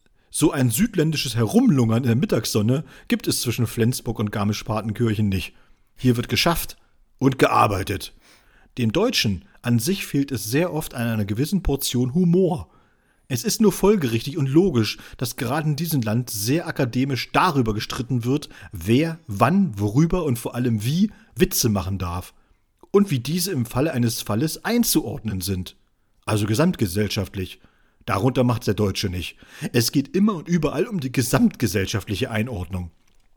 So ein südländisches Herumlungern in der Mittagssonne gibt es zwischen Flensburg und Garmisch-Partenkirchen nicht. Hier wird geschafft und gearbeitet. Dem Deutschen an sich fehlt es sehr oft an einer gewissen Portion Humor. Es ist nur folgerichtig und logisch, dass gerade in diesem Land sehr akademisch darüber gestritten wird, wer, wann, worüber und vor allem wie Witze machen darf. Und wie diese im Falle eines Falles einzuordnen sind. Also gesamtgesellschaftlich. Darunter macht's der Deutsche nicht. Es geht immer und überall um die gesamtgesellschaftliche Einordnung.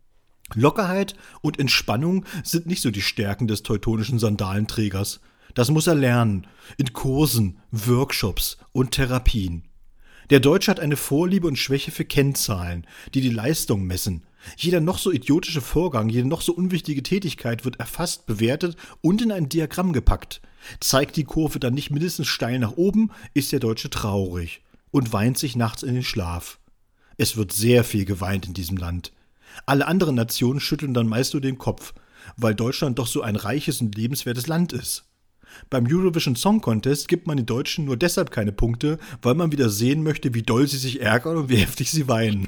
Lockerheit und Entspannung sind nicht so die Stärken des teutonischen Sandalenträgers. Das muss er lernen, in Kursen, Workshops und Therapien. Der Deutsche hat eine Vorliebe und Schwäche für Kennzahlen, die die Leistung messen. Jeder noch so idiotische Vorgang, jede noch so unwichtige Tätigkeit wird erfasst, bewertet und in ein Diagramm gepackt. Zeigt die Kurve dann nicht mindestens steil nach oben, ist der Deutsche traurig und weint sich nachts in den Schlaf. Es wird sehr viel geweint in diesem Land. Alle anderen Nationen schütteln dann meist nur den Kopf, weil Deutschland doch so ein reiches und lebenswertes Land ist. Beim Eurovision Song Contest gibt man den Deutschen nur deshalb keine Punkte, weil man wieder sehen möchte, wie doll sie sich ärgern und wie heftig sie weinen.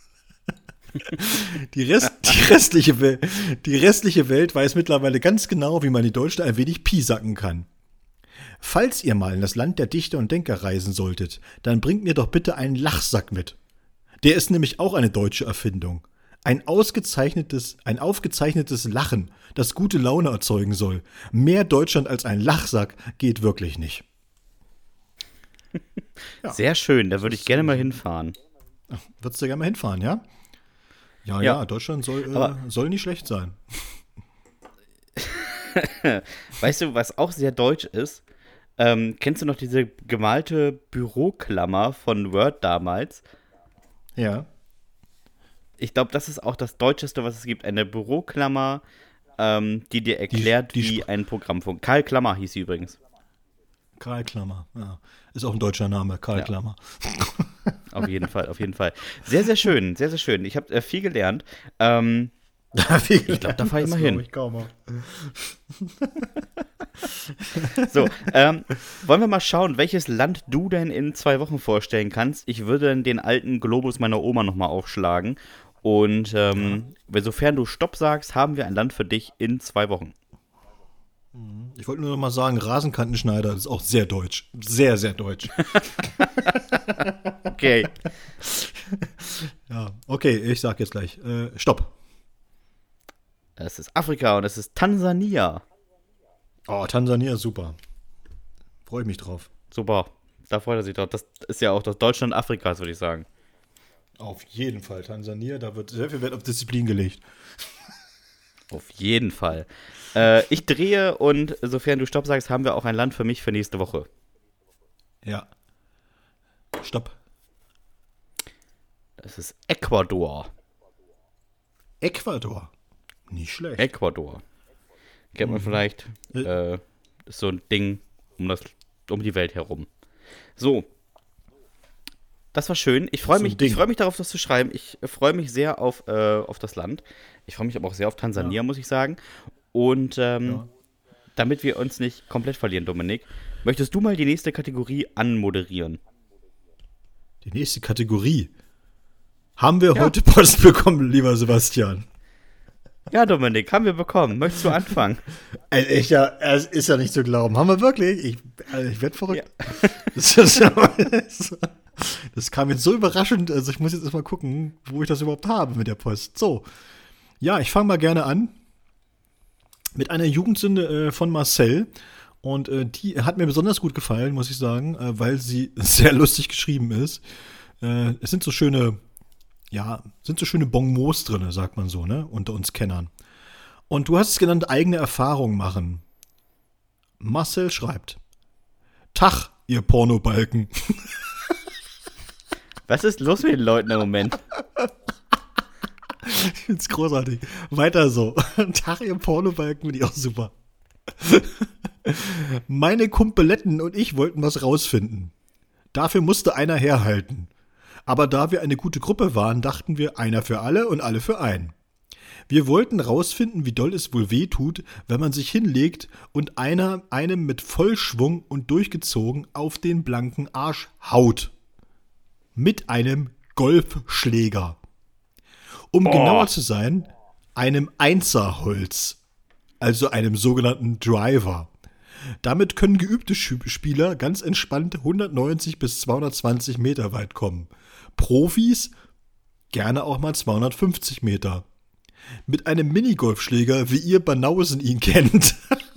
Die restliche Welt weiß mittlerweile ganz genau, wie man die Deutschen ein wenig piesacken kann. Falls ihr mal in das Land der Dichter und Denker reisen solltet, dann bringt mir doch bitte einen Lachsack mit. Der ist nämlich auch eine deutsche Erfindung. ein aufgezeichnetes Lachen, das gute Laune erzeugen soll. Mehr Deutschland als ein Lachsack geht wirklich nicht. Ja. Sehr schön, da würde ich gerne mal hinfahren. Würdest du gerne mal hinfahren, ja? Ja, Deutschland soll nicht schlecht sein. Weißt du, was auch sehr deutsch ist? Kennst du noch diese gemalte Büroklammer von Word damals? Ja. Ich glaube, das ist auch das Deutscheste, was es gibt. Eine Büroklammer, die dir erklärt, wie ein Programm funktioniert. Karl Klammer hieß sie übrigens. Karl Klammer, ja. Ist auch ein deutscher Name, Karl Klammer. Auf jeden Fall, auf jeden Fall. Sehr, sehr schön, sehr, sehr schön. Ich habe viel gelernt. Ich glaube, da fahre ich mal hin. Ich kaum auch. So, wollen wir mal schauen, welches Land du denn in 2 Wochen vorstellen kannst. Ich würde dann den alten Globus meiner Oma nochmal aufschlagen. Und sofern du Stopp sagst, haben wir ein Land für dich in 2 Wochen. Ich wollte nur noch mal sagen, Rasenkantenschneider, das ist auch sehr deutsch. Sehr, sehr deutsch. Okay. Ja, okay, ich sag jetzt gleich. Stopp. Es ist Afrika und es ist Tansania. Oh, Tansania ist super. Freue ich mich drauf. Super, da freut er sich drauf. Das ist ja auch das Deutschland Afrikas, würde ich sagen. Auf jeden Fall. Tansania, da wird sehr viel Wert auf Disziplin gelegt. Auf jeden Fall. Ich drehe und sofern du Stopp sagst, haben wir auch ein Land für mich für nächste Woche. Ja. Stopp. Das ist Ecuador. Ecuador? Nicht schlecht. Ecuador. Kennt man vielleicht. Ist so ein Ding um die Welt herum. So. Das war schön. Ich freue mich darauf, das zu schreiben. Ich freue mich sehr auf das Land. Ich freue mich aber auch sehr auf Tansania, muss ich sagen. Und damit wir uns nicht komplett verlieren, Dominik, möchtest du mal die nächste Kategorie anmoderieren? Die nächste Kategorie? Haben wir heute Post bekommen, lieber Sebastian? Ja, Dominik, haben wir bekommen. Möchtest du anfangen? Es ist ja nicht zu glauben. Haben wir wirklich? Ich werde verrückt. Ja. Das kam jetzt so überraschend. Also ich muss jetzt erstmal gucken, wo ich das überhaupt habe mit der Post. So. Ja, ich fange mal gerne an. Mit einer Jugendsünde von Marcel. Und die hat mir besonders gut gefallen, muss ich sagen, weil sie sehr lustig geschrieben ist. Es sind so schöne Bonmots drin, sagt man so, ne, unter uns Kennern. Und du hast es genannt, eigene Erfahrungen machen. Marcel schreibt: Tag, ihr Pornobalken. Was ist los mit den Leuten im Moment? Ich find's großartig. Weiter so. Tag, ihr Pornobalken, finde ich auch super. Meine Kumpeletten und ich wollten was rausfinden. Dafür musste einer herhalten. Aber da wir eine gute Gruppe waren, dachten wir, einer für alle und alle für einen. Wir wollten rausfinden, wie doll es wohl weh tut, wenn man sich hinlegt und einer einem mit Vollschwung und durchgezogen auf den blanken Arsch haut. Mit einem Golfschläger. Um genauer zu sein, einem Einserholz. Also einem sogenannten Driver. Damit können geübte Spieler ganz entspannt 190 bis 220 Meter weit kommen. Profis gerne auch mal 250 Meter. Mit einem Minigolfschläger, wie ihr Banausen ihn kennt.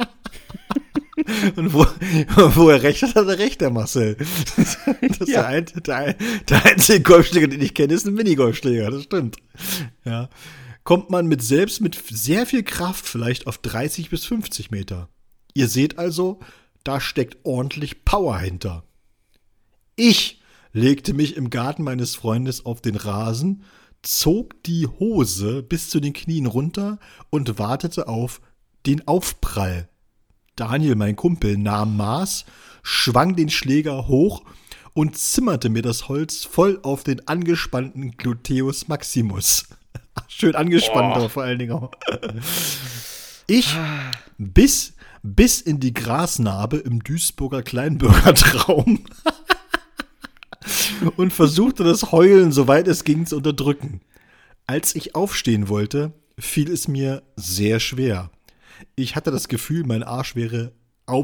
Und wo er recht hat er recht, der Marcel. Das ist der einzige Golfschläger, den ich kenne, ist ein Minigolfschläger, das stimmt. Ja. Kommt man mit sehr viel Kraft vielleicht auf 30 bis 50 Meter. Ihr seht also, da steckt ordentlich Power hinter. Ich legte mich im Garten meines Freundes auf den Rasen, zog die Hose bis zu den Knien runter und wartete auf den Aufprall. Daniel, mein Kumpel, nahm Maß, schwang den Schläger hoch und zimmerte mir das Holz voll auf den angespannten Gluteus Maximus. Schön angespannt, aber vor allen Dingen auch. Ich bis in die Grasnarbe im Duisburger Kleinbürgertraum und versuchte das Heulen, soweit es ging, zu unterdrücken. Als ich aufstehen wollte, fiel es mir sehr schwer. Ich hatte das Gefühl, mein Arsch wäre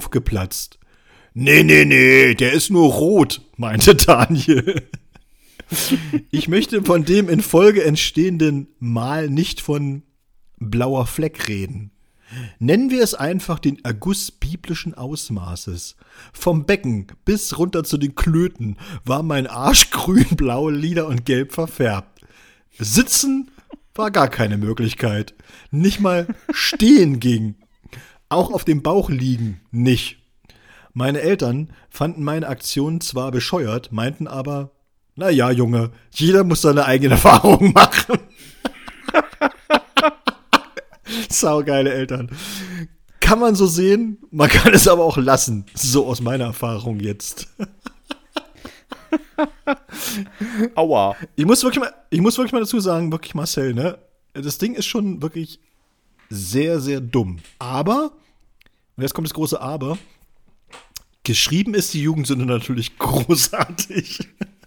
aufgeplatzt. Nee, der ist nur rot, meinte Daniel. Ich möchte von dem in Folge entstehenden Mal nicht von blauer Fleck reden. Nennen wir es einfach den Erguss biblischen Ausmaßes. Vom Becken bis runter zu den Klöten war mein Arsch grün, blau, lila und gelb verfärbt. Sitzen war gar keine Möglichkeit. Nicht mal stehen ging. Auch auf dem Bauch liegen nicht. Meine Eltern fanden meine Aktion zwar bescheuert, meinten aber, na ja, Junge, jeder muss seine eigene Erfahrung machen. Saugeile Eltern. Kann man so sehen, man kann es aber auch lassen. So aus meiner Erfahrung jetzt. Aua. Ich muss wirklich mal dazu sagen, wirklich Marcel, ne? Das Ding ist schon wirklich sehr, sehr dumm. Aber, und jetzt kommt das große Aber, geschrieben ist die Jugendsünde natürlich großartig.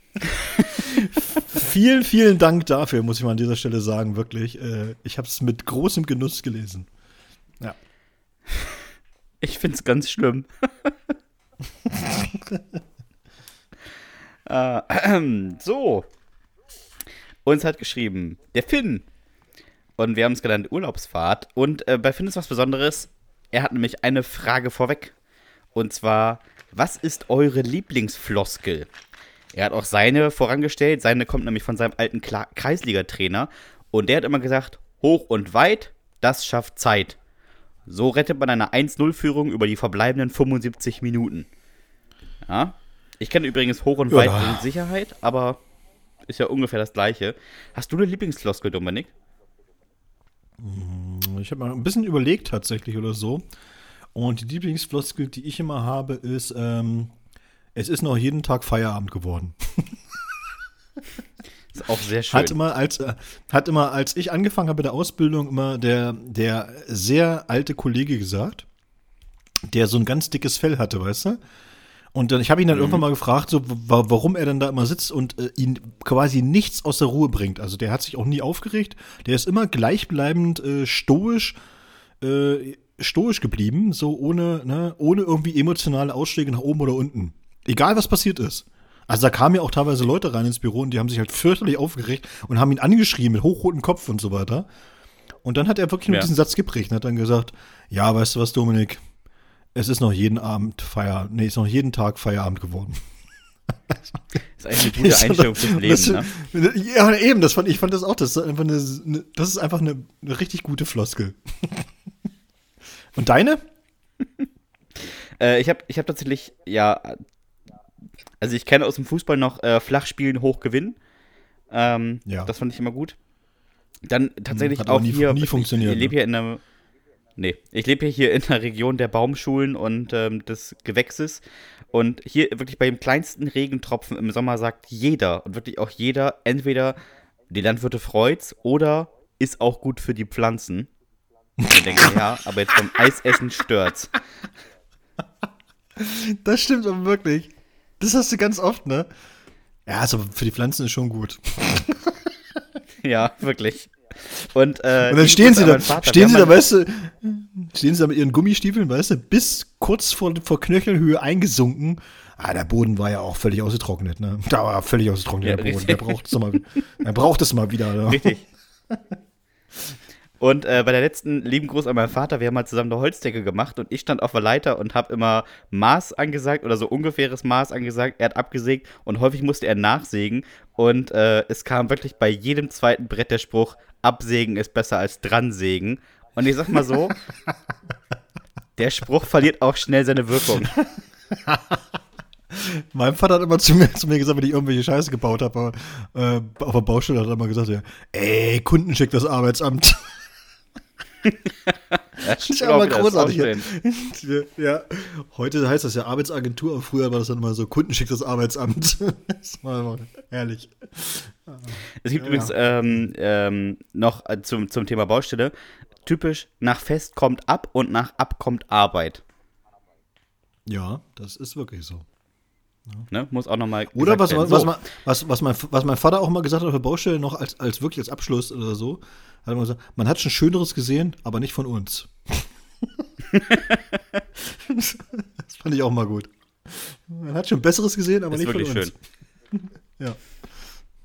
Vielen, vielen Dank dafür, muss ich mal an dieser Stelle sagen, wirklich. Ich habe es mit großem Genuss gelesen. Ja. Ich find's ganz schlimm. So. Uns hat geschrieben, der Finn. Und wir haben es genannt Urlaubsfahrt. Und bei Finn ist was Besonderes. Er hat nämlich eine Frage vorweg. Und zwar, was ist eure Lieblingsfloskel? Er hat auch seine vorangestellt. Seine kommt nämlich von seinem alten Kreisliga-Trainer. Und der hat immer gesagt, hoch und weit, das schafft Zeit. So rettet man eine 1-0-Führung über die verbleibenden 75 Minuten. Ja. Ich kenne übrigens hoch und weit in Sicherheit, aber ist ja ungefähr das Gleiche. Hast du eine Lieblingsfloskel, Dominik? Ich habe mal ein bisschen überlegt tatsächlich oder so. Und die Lieblingsfloskel, die ich immer habe, ist, es ist noch jeden Tag Feierabend geworden. Ist auch sehr schön. Hat immer, als ich angefangen habe mit der Ausbildung, immer der sehr alte Kollege gesagt, der so ein ganz dickes Fell hatte, weißt du? Und ich habe ihn dann irgendwann mal gefragt, so, warum er dann da immer sitzt und ihn quasi nichts aus der Ruhe bringt. Also der hat sich auch nie aufgeregt. Der ist immer gleichbleibend stoisch geblieben, so ohne irgendwie emotionale Ausschläge nach oben oder unten. Egal, was passiert ist. Also da kamen ja auch teilweise Leute rein ins Büro und die haben sich halt fürchterlich aufgeregt und haben ihn angeschrien mit hochrotem Kopf und so weiter. Und dann hat er wirklich nur diesen Satz geprägt und hat dann gesagt, ja, weißt du was, Dominik, es ist noch jeden ist noch jeden Tag Feierabend geworden. Das ist eigentlich eine gute Einstellung fürs Leben, ne? Ja, eben, ich fand das auch, das ist einfach eine richtig gute Floskel. Und deine? Ich hab tatsächlich, ja, also ich kenne aus dem Fußball noch Flachspielen hoch gewinnen. Ja. Das fand ich immer gut. Dann tatsächlich hat auch nie hier, funktioniert. ich lebe hier in der Region der Baumschulen und des Gewächses. Und hier wirklich bei dem kleinsten Regentropfen im Sommer sagt jeder, und wirklich auch jeder, entweder die Landwirte freut's oder ist auch gut für die Pflanzen. Und ich denke, ja, aber jetzt beim Eisessen stört's. Das stimmt aber wirklich. Das hast du ganz oft, ne? Ja, also für die Pflanzen ist schon gut. Ja, wirklich. Und dann stehen sie da, weißt du, stehen sie da mit ihren Gummistiefeln, weißt du, bis kurz vor Knöchelhöhe eingesunken. Der Boden war ja auch völlig ausgetrocknet, ne? Da war völlig ausgetrocknet, ja, der Boden. Richtig. Der braucht es mal wieder, ne? Richtig. Und bei der letzten lieben Gruß an meinen Vater, wir haben mal zusammen eine Holzdecke gemacht und ich stand auf der Leiter und habe immer Maß angesagt oder so ungefähres Maß angesagt. Er hat abgesägt und häufig musste er nachsägen und es kam wirklich bei jedem zweiten Brett der Spruch, absägen ist besser als dransägen. Und ich sag mal so, der Spruch verliert auch schnell seine Wirkung. Mein Vater hat immer zu mir gesagt, wenn ich irgendwelche Scheiße gebaut habe, auf der Baustelle hat er immer gesagt, ja, ey, Kunden schickt das Arbeitsamt. Das ist aber großartig. Ja. Heute heißt das ja Arbeitsagentur, aber früher war das dann immer so, Kunden schickt das Arbeitsamt. Das war immer herrlich. Es gibt übrigens noch zum Thema Baustelle, typisch, nach Fest kommt ab und nach ab kommt Arbeit. Ja, das ist wirklich so. Ne? Muss auch nochmal. Oder was mein Vater auch mal gesagt hat auf der Baustelle, noch als wirklich als Abschluss oder so, hat er mal gesagt, man hat schon Schöneres gesehen, aber nicht von uns. Das fand ich auch mal gut. Man hat schon Besseres gesehen, aber ist nicht von uns. Wirklich schön. Ja.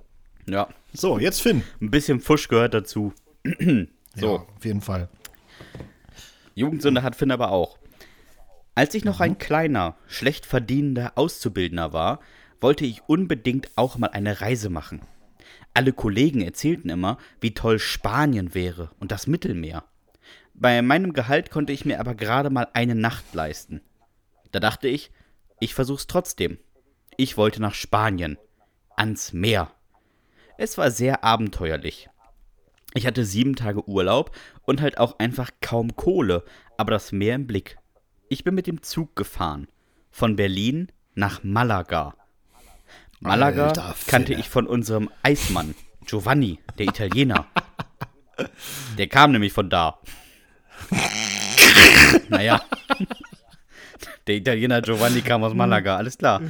Ja. So, jetzt Finn. Ein bisschen Pfusch gehört dazu. So. Ja, auf jeden Fall. Jugendsünde hat Finn aber auch. Als ich noch ein kleiner, schlecht verdienender Auszubildender war, wollte ich unbedingt auch mal eine Reise machen. Alle Kollegen erzählten immer, wie toll Spanien wäre und das Mittelmeer. Bei meinem Gehalt konnte ich mir aber gerade mal eine Nacht leisten. Da dachte ich versuch's trotzdem. Ich wollte nach Spanien. Ans Meer. Es war sehr abenteuerlich. Ich hatte 7 Tage Urlaub und halt auch einfach kaum Kohle, aber das Meer im Blick. Ich bin mit dem Zug gefahren. Von Berlin nach Malaga. Malaga Alter, kannte ich von unserem Eismann, Giovanni, der Italiener. Der kam nämlich von da. Naja. Der Italiener Giovanni kam aus Malaga, alles klar.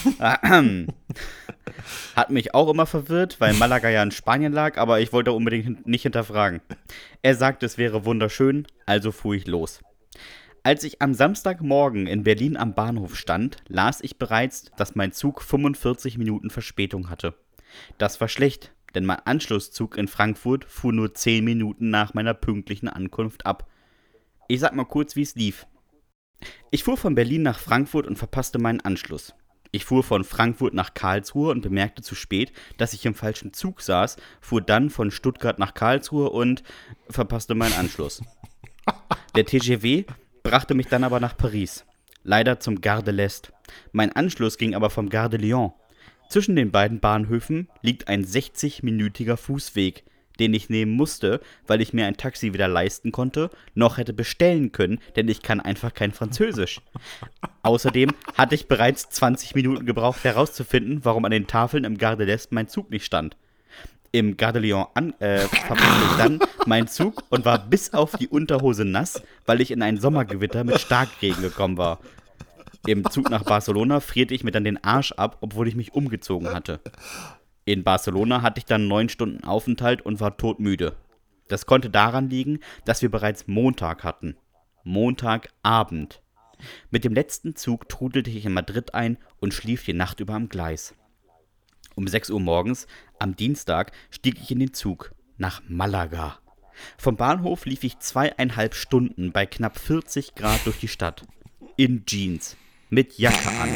Hat mich auch immer verwirrt, weil Malaga ja in Spanien lag, aber ich wollte unbedingt nicht hinterfragen. Er sagte, es wäre wunderschön, also fuhr ich los. Als ich am Samstagmorgen in Berlin am Bahnhof stand, las ich bereits, dass mein Zug 45 Minuten Verspätung hatte. Das war schlecht, denn mein Anschlusszug in Frankfurt fuhr nur 10 Minuten nach meiner pünktlichen Ankunft ab. Ich sag mal kurz, wie es lief. Ich fuhr von Berlin nach Frankfurt und verpasste meinen Anschluss. Ich fuhr von Frankfurt nach Karlsruhe und bemerkte zu spät, dass ich im falschen Zug saß, fuhr dann von Stuttgart nach Karlsruhe und verpasste meinen Anschluss. Der TGV brachte mich dann aber nach Paris. Leider zum Gare de l'Est. Mein Anschluss ging aber vom Gare de Lyon. Zwischen den beiden Bahnhöfen liegt ein 60-minütiger Fußweg, den ich nehmen musste, weil ich mir ein Taxi weder leisten konnte, noch hätte bestellen können, denn ich kann einfach kein Französisch. Außerdem hatte ich bereits 20 Minuten gebraucht, herauszufinden, warum an den Tafeln im Gare de l'Est mein Zug nicht stand. Im Gare de Lyon verpasste ich dann meinen Zug und war bis auf die Unterhose nass, weil ich in ein Sommergewitter mit Starkregen gekommen war. Im Zug nach Barcelona frierte ich mir dann den Arsch ab, obwohl ich mich umgezogen hatte. In Barcelona hatte ich dann 9 Stunden Aufenthalt und war todmüde. Das konnte daran liegen, dass wir bereits Montag hatten. Montagabend. Mit dem letzten Zug trudelte ich in Madrid ein und schlief die Nacht über am Gleis. Um 6 Uhr morgens, am Dienstag, stieg ich in den Zug nach Malaga. Vom Bahnhof lief ich 2,5 Stunden bei knapp 40 Grad durch die Stadt. In Jeans. Mit Jacke an.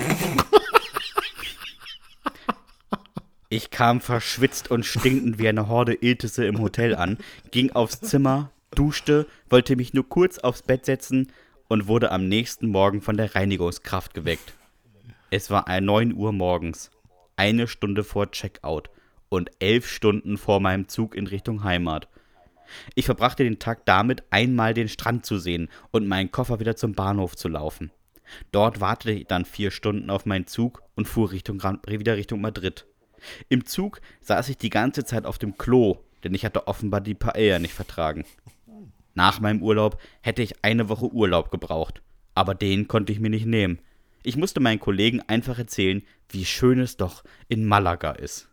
Ich kam verschwitzt und stinkend wie eine Horde Iltisse im Hotel an, ging aufs Zimmer, duschte, wollte mich nur kurz aufs Bett setzen und wurde am nächsten Morgen von der Reinigungskraft geweckt. Es war 9 Uhr morgens, 1 Stunde vor Checkout und 11 Stunden vor meinem Zug in Richtung Heimat. Ich verbrachte den Tag damit, einmal den Strand zu sehen und meinen Koffer wieder zum Bahnhof zu laufen. Dort wartete ich dann 4 Stunden auf meinen Zug und fuhr wieder Richtung Madrid. Im Zug saß ich die ganze Zeit auf dem Klo, denn ich hatte offenbar die Paella nicht vertragen. Nach meinem Urlaub hätte ich 1 Woche Urlaub gebraucht, aber den konnte ich mir nicht nehmen. Ich musste meinen Kollegen einfach erzählen, wie schön es doch in Malaga ist.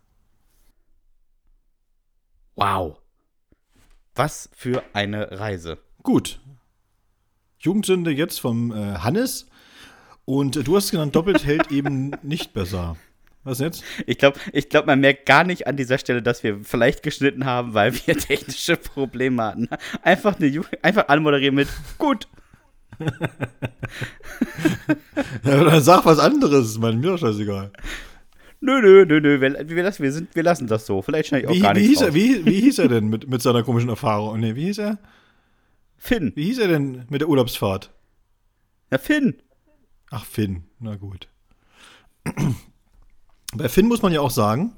Wow. Was für eine Reise. Gut. Jugendsünde jetzt vom Hannes. Und du hast genannt, doppelt hält eben nicht besser. Was jetzt? Ich glaub, man merkt gar nicht an dieser Stelle, dass wir vielleicht geschnitten haben, weil wir technische Probleme hatten. Einfach anmoderieren mit gut. Ja, dann sag was anderes, Mann, mir doch scheißegal. Nö, wir lassen das so. Vielleicht schneide ich auch gar nichts raus. Wie hieß er denn mit seiner komischen Erfahrung? Nee, wie hieß er? Finn. Wie hieß er denn mit der Urlaubsfahrt? Ja, Finn. Ach, Finn, na gut. Bei Finn muss man ja auch sagen,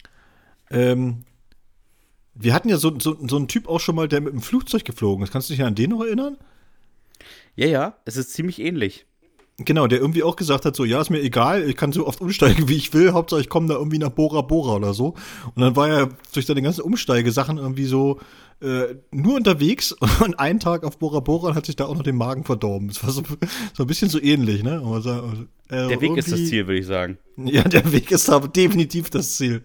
wir hatten ja so einen Typ auch schon mal, der mit dem Flugzeug geflogen ist. Kannst du dich an den noch erinnern? Ja, es ist ziemlich ähnlich. Genau, der irgendwie auch gesagt hat, so, ja, ist mir egal, ich kann so oft umsteigen, wie ich will, Hauptsache ich komme da irgendwie nach Bora Bora oder so. Und dann war er durch seine ganzen Umsteigesachen irgendwie so nur unterwegs und einen Tag auf Bora Bora und hat sich da auch noch den Magen verdorben. Das war so ein bisschen so ähnlich, ne? Der Weg ist das Ziel, würde ich sagen. Ja, der Weg ist aber definitiv das Ziel.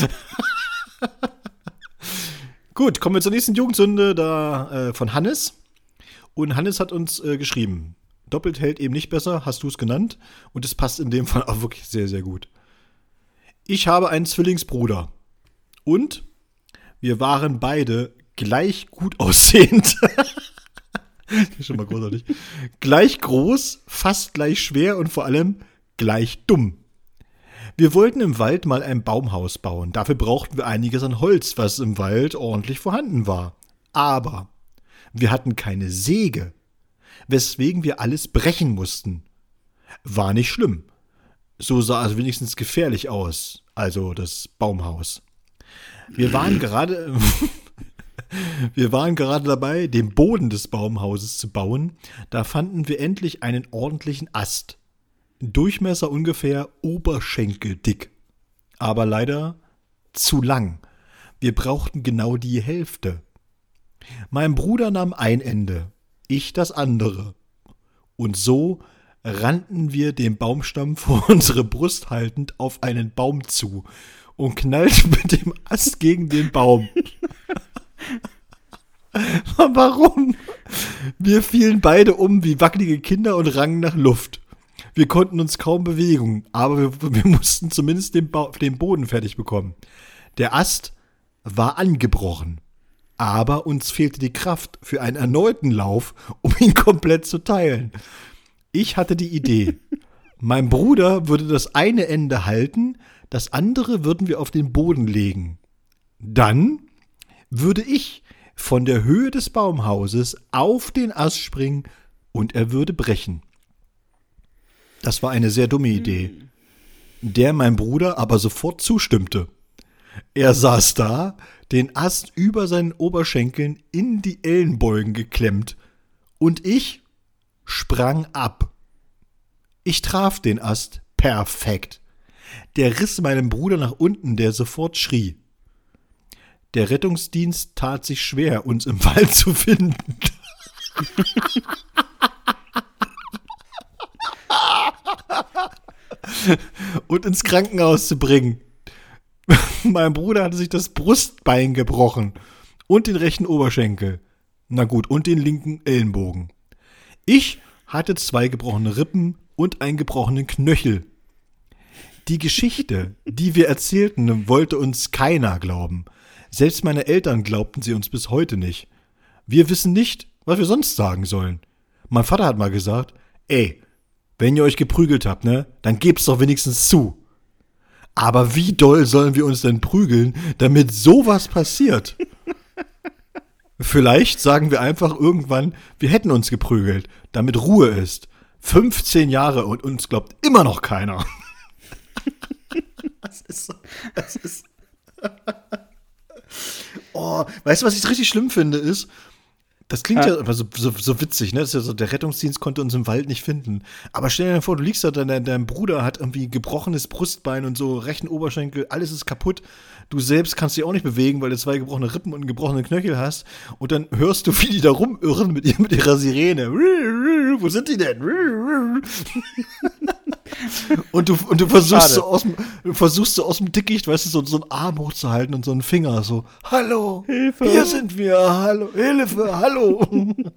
Gut, kommen wir zur nächsten Jugendsünde von Hannes. Und Hannes hat uns geschrieben, doppelt hält eben nicht besser, hast du es genannt. Und es passt in dem Fall auch wirklich sehr, sehr gut. Ich habe einen Zwillingsbruder. Und wir waren beide gleich gut aussehend. Das ist schon mal großartig. Gleich groß, fast gleich schwer und vor allem gleich dumm. Wir wollten im Wald mal ein Baumhaus bauen. Dafür brauchten wir einiges an Holz, was im Wald ordentlich vorhanden war. Aber wir hatten keine Säge, weswegen wir alles brechen mussten. War nicht schlimm. So sah es wenigstens gefährlich aus, also das Baumhaus. Wir waren gerade dabei, den Boden des Baumhauses zu bauen. Da fanden wir endlich einen ordentlichen Ast. Durchmesser ungefähr oberschenkeldick. Aber leider zu lang. Wir brauchten genau die Hälfte. Mein Bruder nahm ein Ende, ich das andere. Und so rannten wir den Baumstamm vor unsere Brust haltend auf einen Baum zu und knallten mit dem Ast gegen den Baum. Warum? Wir fielen beide um wie wackelige Kinder und rangen nach Luft. Wir konnten uns kaum bewegen, aber wir mussten zumindest den Boden fertig bekommen. Der Ast war angebrochen, aber uns fehlte die Kraft für einen erneuten Lauf, um ihn komplett zu teilen. Ich hatte die Idee. Mein Bruder würde das eine Ende halten, das andere würden wir auf den Boden legen. Dann würde ich von der Höhe des Baumhauses auf den Ast springen und er würde brechen. Das war eine sehr dumme Idee, der mein Bruder aber sofort zustimmte. Er saß da, den Ast über seinen Oberschenkeln in die Ellenbeugen geklemmt und ich sprang ab. Ich traf den Ast perfekt. Der riss meinem Bruder nach unten, der sofort schrie. Der Rettungsdienst tat sich schwer, uns im Wald zu finden. Und ins Krankenhaus zu bringen. Mein Bruder hatte sich das Brustbein gebrochen und den rechten Oberschenkel. Na gut, und den linken Ellenbogen. Ich hatte 2 gebrochene Rippen und einen gebrochenen Knöchel. Die Geschichte, die wir erzählten, wollte uns keiner glauben. Selbst meine Eltern glaubten sie uns bis heute nicht. Wir wissen nicht, was wir sonst sagen sollen. Mein Vater hat mal gesagt, ey, wenn ihr euch geprügelt habt, ne, dann gebt's doch wenigstens zu. Aber wie doll sollen wir uns denn prügeln, damit sowas passiert? Vielleicht sagen wir einfach irgendwann, wir hätten uns geprügelt, damit Ruhe ist. 15 Jahre und uns glaubt immer noch keiner. Das ist Oh, weißt du, was ich richtig schlimm finde, ist, das klingt ja aber so witzig, ne? Das ist ja so, der Rettungsdienst konnte uns im Wald nicht finden. Aber stell dir vor, du liegst da, dein Bruder hat irgendwie gebrochenes Brustbein und so, rechten Oberschenkel, alles ist kaputt. Du selbst kannst dich auch nicht bewegen, weil du 2 gebrochene Rippen und einen gebrochenen Knöchel hast. Und dann hörst du, wie die da rumirren mit ihrer Sirene. Wo sind die denn? Und du versuchst so aus dem Dickicht, weißt du, so einen Arm hochzuhalten und so einen Finger, so, hallo, Hilfe. Hier sind wir, hallo, Hilfe, hallo.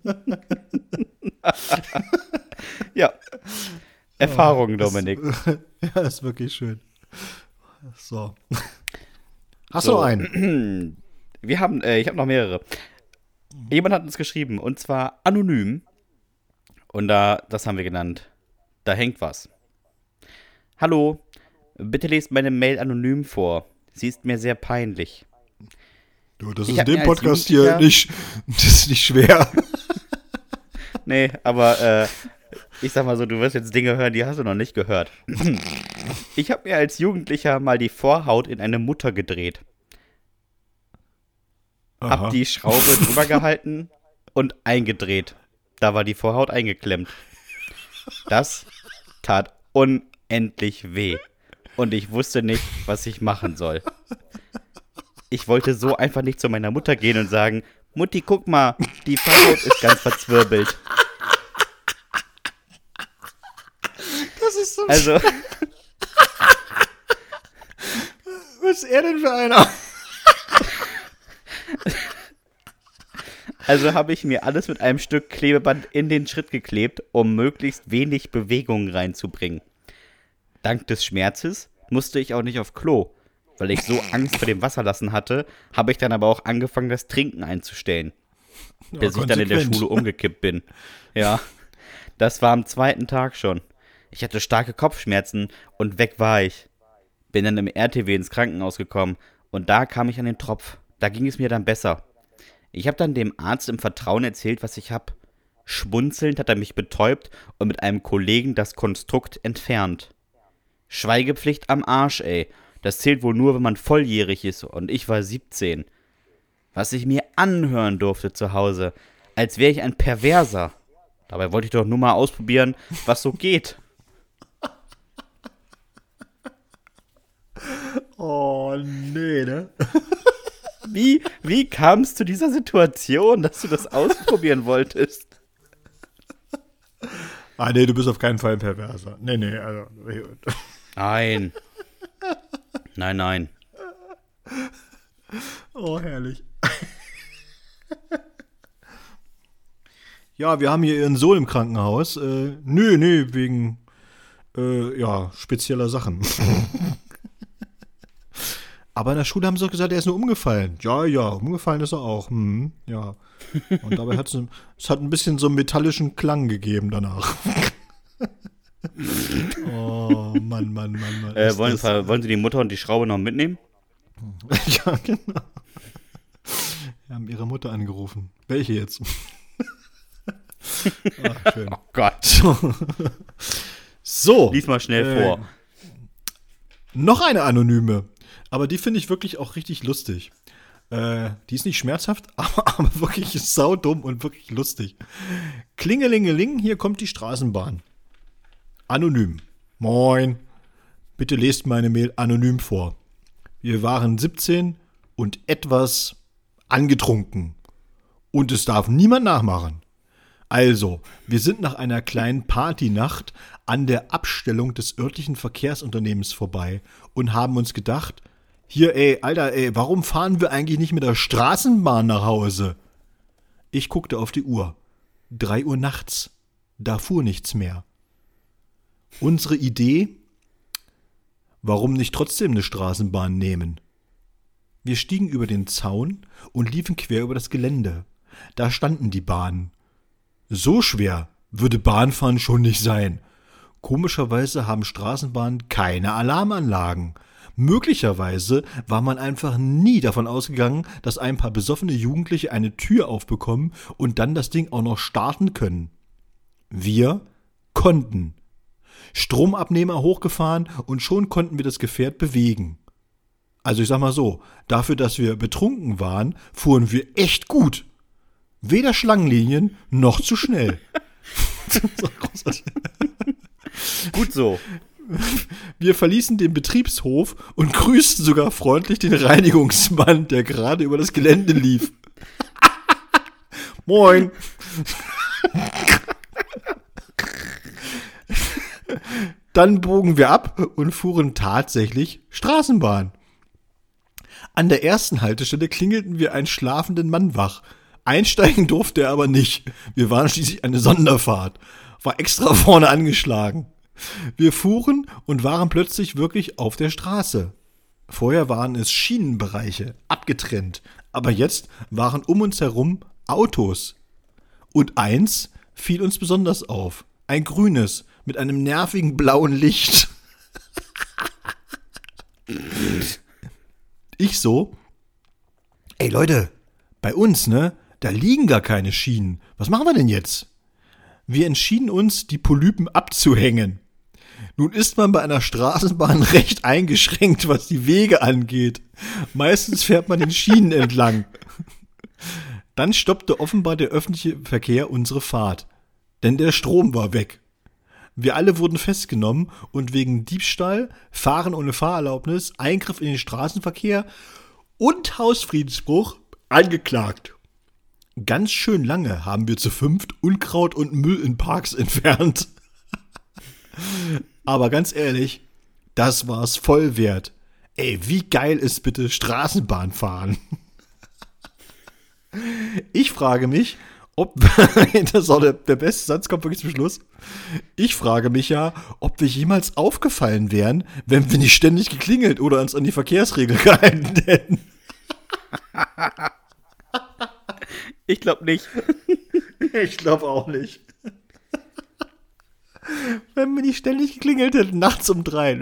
Ja, Erfahrung, Dominik. Ja, ist wirklich schön. So. Hast du noch einen? Ich habe noch mehrere. Jemand hat uns geschrieben, und zwar anonym. Und das haben wir genannt. Da hängt was. Hallo, bitte lest meine Mail anonym vor. Sie ist mir sehr peinlich. Du, das ist in dem Podcast hier nicht schwer. Nee, aber ich sag mal so, du wirst jetzt Dinge hören, die hast du noch nicht gehört. Ich habe mir als Jugendlicher mal die Vorhaut in eine Mutter gedreht. Aha. Hab die Schraube drüber gehalten und eingedreht. Da war die Vorhaut eingeklemmt. Das tat unendlich weh. Und ich wusste nicht, was ich machen soll. Ich wollte so einfach nicht zu meiner Mutter gehen und sagen, Mutti, guck mal, die Vorhaut ist ganz verzwirbelt. Das ist so Also, was ist er denn für einer? Also habe ich mir alles mit einem Stück Klebeband in den Schritt geklebt, um möglichst wenig Bewegung reinzubringen. Dank des Schmerzes musste ich auch nicht auf Klo, Weil ich so Angst vor dem Wasserlassen hatte, habe ich dann aber auch angefangen, das Trinken einzustellen. Bis ich dann in der Schule umgekippt bin. Ja, das war am 2. Tag schon. Ich hatte starke Kopfschmerzen und weg war ich. Bin dann im RTW ins Krankenhaus gekommen und da kam ich an den Tropf. Da ging es mir dann besser. Ich habe dann dem Arzt im Vertrauen erzählt, was ich habe. Schmunzelnd hat er mich betäubt und mit einem Kollegen das Konstrukt entfernt. Schweigepflicht am Arsch, ey. Das zählt wohl nur, wenn man volljährig ist und ich war 17. Was ich mir anhören durfte zu Hause, als wäre ich ein Perverser. Dabei wollte ich doch nur mal ausprobieren, was so geht. Oh, nee, ne? Wie kam es zu dieser Situation, dass du das ausprobieren wolltest? Ah, nee, du bist auf keinen Fall ein Perverser. Nee, also. Nein. Nein. Oh, herrlich. Ja, wir haben hier ihren Sohn im Krankenhaus. Nö, wegen, spezieller Sachen. Aber in der Schule haben sie doch gesagt, er ist nur umgefallen. Ja, umgefallen ist er auch. Ja. Und dabei hat es hat ein bisschen so einen metallischen Klang gegeben danach. Oh, Mann. Wollen Sie die Mutter und die Schraube noch mitnehmen? Ja, genau. Wir haben ihre Mutter angerufen. Welche jetzt? Ach, schön. Oh Gott. So. Lies mal schnell vor. Noch eine anonyme. Aber die finde ich wirklich auch richtig lustig. Die ist nicht schmerzhaft, aber wirklich saudumm und wirklich lustig. Klingelingeling, hier kommt die Straßenbahn. Anonym. Moin. Bitte lest meine Mail anonym vor. Wir waren 17 und etwas angetrunken. Und es darf niemand nachmachen. Also, wir sind nach einer kleinen Partynacht an der Abstellung des örtlichen Verkehrsunternehmens vorbei und haben uns gedacht, hier, Alter, warum fahren wir eigentlich nicht mit der Straßenbahn nach Hause? Ich guckte auf die Uhr. 3 Uhr nachts. Da fuhr nichts mehr. Unsere Idee? Warum nicht trotzdem eine Straßenbahn nehmen? Wir stiegen über den Zaun und liefen quer über das Gelände. Da standen die Bahnen. So schwer würde Bahnfahren schon nicht sein. Komischerweise haben Straßenbahnen keine Alarmanlagen. Möglicherweise war man einfach nie davon ausgegangen, dass ein paar besoffene Jugendliche eine Tür aufbekommen und dann das Ding auch noch starten können. Wir konnten. Stromabnehmer hochgefahren und schon konnten wir das Gefährt bewegen. Also ich sag mal so, dafür, dass wir betrunken waren, fuhren wir echt gut. Weder Schlangenlinien noch zu schnell. Gut so. Wir verließen den Betriebshof und grüßten sogar freundlich den Reinigungsmann, der gerade über das Gelände lief. Moin. Dann bogen wir ab und fuhren tatsächlich Straßenbahn. An der ersten Haltestelle klingelten wir einen schlafenden Mann wach. Einsteigen durfte er aber nicht. Wir waren schließlich eine Sonderfahrt. War extra vorne angeschlagen. Wir fuhren und waren plötzlich wirklich auf der Straße. Vorher waren es Schienenbereiche, abgetrennt. Aber jetzt waren um uns herum Autos. Und eins fiel uns besonders auf. Ein grünes mit einem nervigen blauen Licht. Ich so, ey Leute, bei uns, ne, da liegen gar keine Schienen. Was machen wir denn jetzt? Wir entschieden uns, die Polypen abzuhängen. Nun ist man bei einer Straßenbahn recht eingeschränkt, was die Wege angeht. Meistens fährt man den Schienen entlang. Dann stoppte offenbar der öffentliche Verkehr unsere Fahrt. Denn der Strom war weg. Wir alle wurden festgenommen und wegen Diebstahl, Fahren ohne Fahrerlaubnis, Eingriff in den Straßenverkehr und Hausfriedensbruch angeklagt. Ganz schön lange haben wir zu 5 Unkraut und Müll in Parks entfernt. Aber ganz ehrlich, das war's voll wert. Ey, wie geil ist bitte Straßenbahn fahren? Ich frage mich, Das ist auch der beste Satz, kommt wirklich zum Schluss. Ich frage mich ja, ob wir jemals aufgefallen wären, wenn wir nicht ständig geklingelt oder uns an die Verkehrsregeln gehalten hätten. Ich glaube nicht. Ich glaube auch nicht. Wenn wir nicht ständig geklingelt hätten, nachts um 3.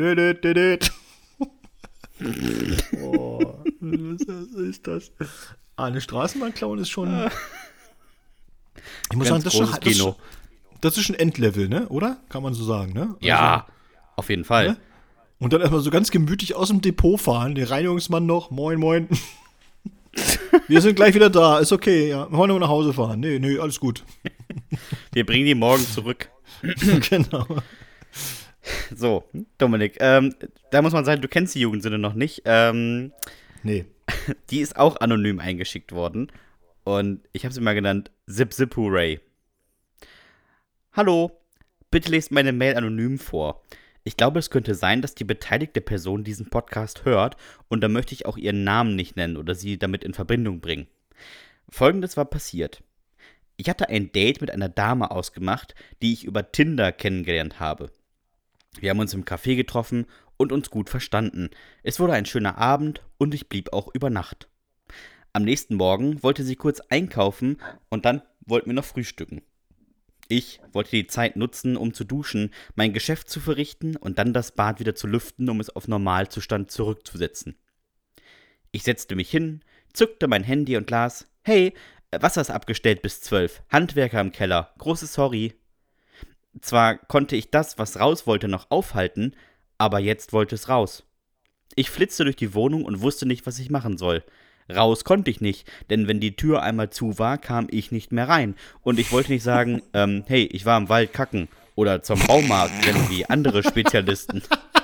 Oh, was ist das? Eine Straßenbahn klauen ist schon. Ich muss sagen, das ist schon Endlevel, ne? Oder? Kann man so sagen, ne? Ja, auf jeden Fall. Ne? Und dann erstmal so ganz gemütlich aus dem Depot fahren, der Reinigungsmann noch, moin, moin. Wir sind gleich wieder da, ist okay, ja. Wir wollen nur nach Hause fahren. Nee, alles gut. Wir bringen die morgen zurück. Genau. So, Dominik, da muss man sagen, du kennst die Jugendsünde noch nicht. Nee. Die ist auch anonym eingeschickt worden. Und ich habe sie mal genannt Zip Zip Hooray. Hallo, bitte lest meine Mail anonym vor. Ich glaube, es könnte sein, dass die beteiligte Person diesen Podcast hört und da möchte ich auch ihren Namen nicht nennen oder sie damit in Verbindung bringen. Folgendes war passiert. Ich hatte ein Date mit einer Dame ausgemacht, die ich über Tinder kennengelernt habe. Wir haben uns im Café getroffen und uns gut verstanden. Es wurde ein schöner Abend und ich blieb auch über Nacht. Am nächsten Morgen wollte sie kurz einkaufen und dann wollten wir noch frühstücken. Ich wollte die Zeit nutzen, um zu duschen, mein Geschäft zu verrichten und dann das Bad wieder zu lüften, um es auf Normalzustand zurückzusetzen. Ich setzte mich hin, zückte mein Handy und las: Hey, Wasser ist abgestellt bis 12, Handwerker im Keller, große Sorry. Zwar konnte ich das, was raus wollte, noch aufhalten, aber jetzt wollte es raus. Ich flitzte durch die Wohnung und wusste nicht, was ich machen soll. Raus konnte ich nicht, denn wenn die Tür einmal zu war, kam ich nicht mehr rein. Und ich wollte nicht sagen, hey, ich war im Wald kacken oder zum Baumarkt rennen wie andere Spezialisten.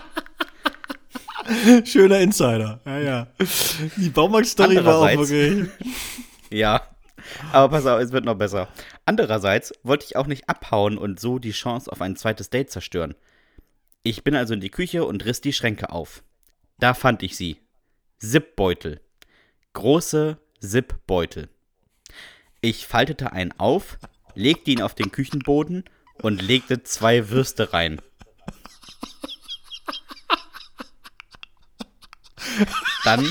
Schöner Insider, ja. Die Baumarkt-Story war auch wirklich. Ja, aber pass auf, es wird noch besser. Andererseits wollte ich auch nicht abhauen und so die Chance auf ein zweites Date zerstören. Ich bin also in die Küche und riss die Schränke auf. Da fand ich sie. Zipbeutel. Große Zipbeutel. Ich faltete einen auf, legte ihn auf den Küchenboden und legte 2 Würste rein. Dann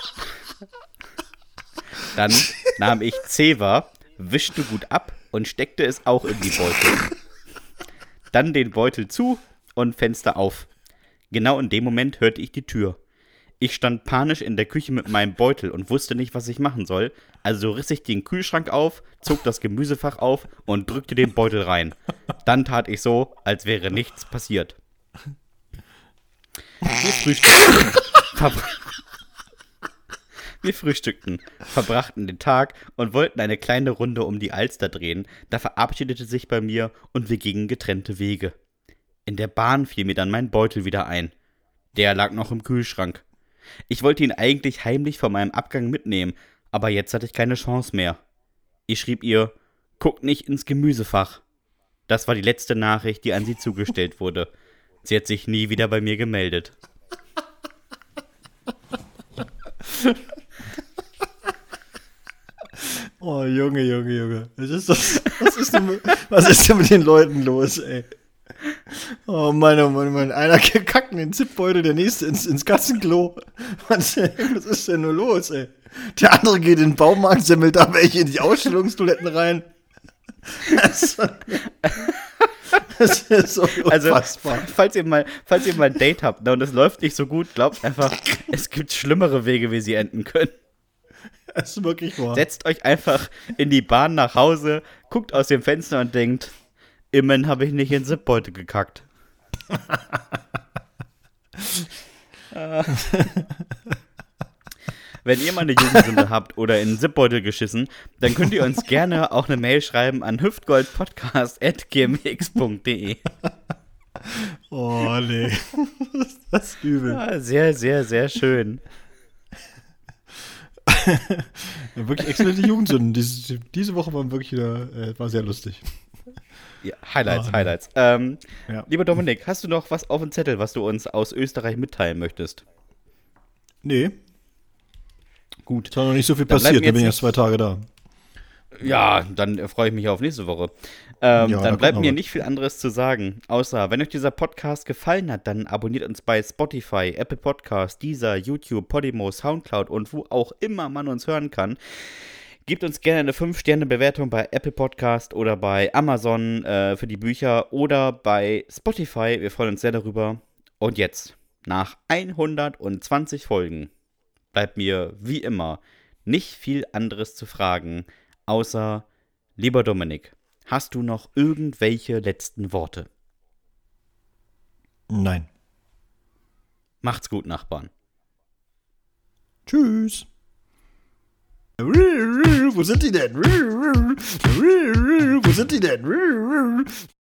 nahm ich Zewa, wischte gut ab und steckte es auch in die Beutel. Dann den Beutel zu und Fenster auf. Genau in dem Moment hörte ich die Tür. Ich stand panisch in der Küche mit meinem Beutel und wusste nicht, was ich machen soll. Also riss ich den Kühlschrank auf, zog das Gemüsefach auf und drückte den Beutel rein. Dann tat ich so, als wäre nichts passiert. Wir frühstückten, verbrachten den Tag und wollten eine kleine Runde um die Alster drehen. Da verabschiedete sich bei mir und wir gingen getrennte Wege. In der Bahn fiel mir dann mein Beutel wieder ein. Der lag noch im Kühlschrank. Ich wollte ihn eigentlich heimlich vor meinem Abgang mitnehmen, aber jetzt hatte ich keine Chance mehr. Ich schrieb ihr: Guck nicht ins Gemüsefach. Das war die letzte Nachricht, die an sie zugestellt wurde. Sie hat sich nie wieder bei mir gemeldet. Oh, Junge. Was ist denn mit den Leuten los, ey? Oh Mann. Einer kackt in den Zipbeutel, der nächste ins Katzenklo. Was ist denn nur los, ey? Der andere geht in den Baumarkt, sammelt da welche in die Ausstellungstoiletten rein. Das ist so unfassbar. Also, falls ihr mal ein Date habt, und es läuft nicht so gut, glaubt einfach, es gibt schlimmere Wege, wie sie enden können. Das ist wirklich wahr. Setzt euch einfach in die Bahn nach Hause, guckt aus dem Fenster und denkt: Immerhin habe ich nicht in den Zipbeutel gekackt. Wenn ihr mal eine Jugendsünde habt oder in den Zipbeutel geschissen, dann könnt ihr uns gerne auch eine Mail schreiben an hüftgoldpodcast@gmx.de. Oh, nee. Das ist übel. Ja, sehr, sehr, sehr schön. Ja, wirklich exzellente Jugendsünden. Diese Woche waren wirklich wieder, war sehr lustig. Ja, Highlights. Ja. Lieber Dominik, hast du noch was auf dem Zettel, was du uns aus Österreich mitteilen möchtest? Nee. Gut. Es war noch nicht so viel Dann passiert, da bin ich nicht- erst 2 Tage da. Ja, dann freue ich mich auf nächste Woche. Ja, Dann da bleibt kommt mir noch nicht viel anderes zu sagen, außer, wenn euch dieser Podcast gefallen hat, dann abonniert uns bei Spotify, Apple Podcast, Deezer, YouTube, Podimo, Soundcloud und wo auch immer man uns hören kann. Gebt uns gerne eine 5-Sterne-Bewertung bei Apple Podcast oder bei Amazon für die Bücher oder bei Spotify. Wir freuen uns sehr darüber. Und jetzt, nach 120 Folgen, bleibt mir wie immer nicht viel anderes zu fragen, außer, lieber Dominik, hast du noch irgendwelche letzten Worte? mal. Nein. Macht's gut, Nachbarn. Tschüss. Wo sind die denn? Wo sind die denn?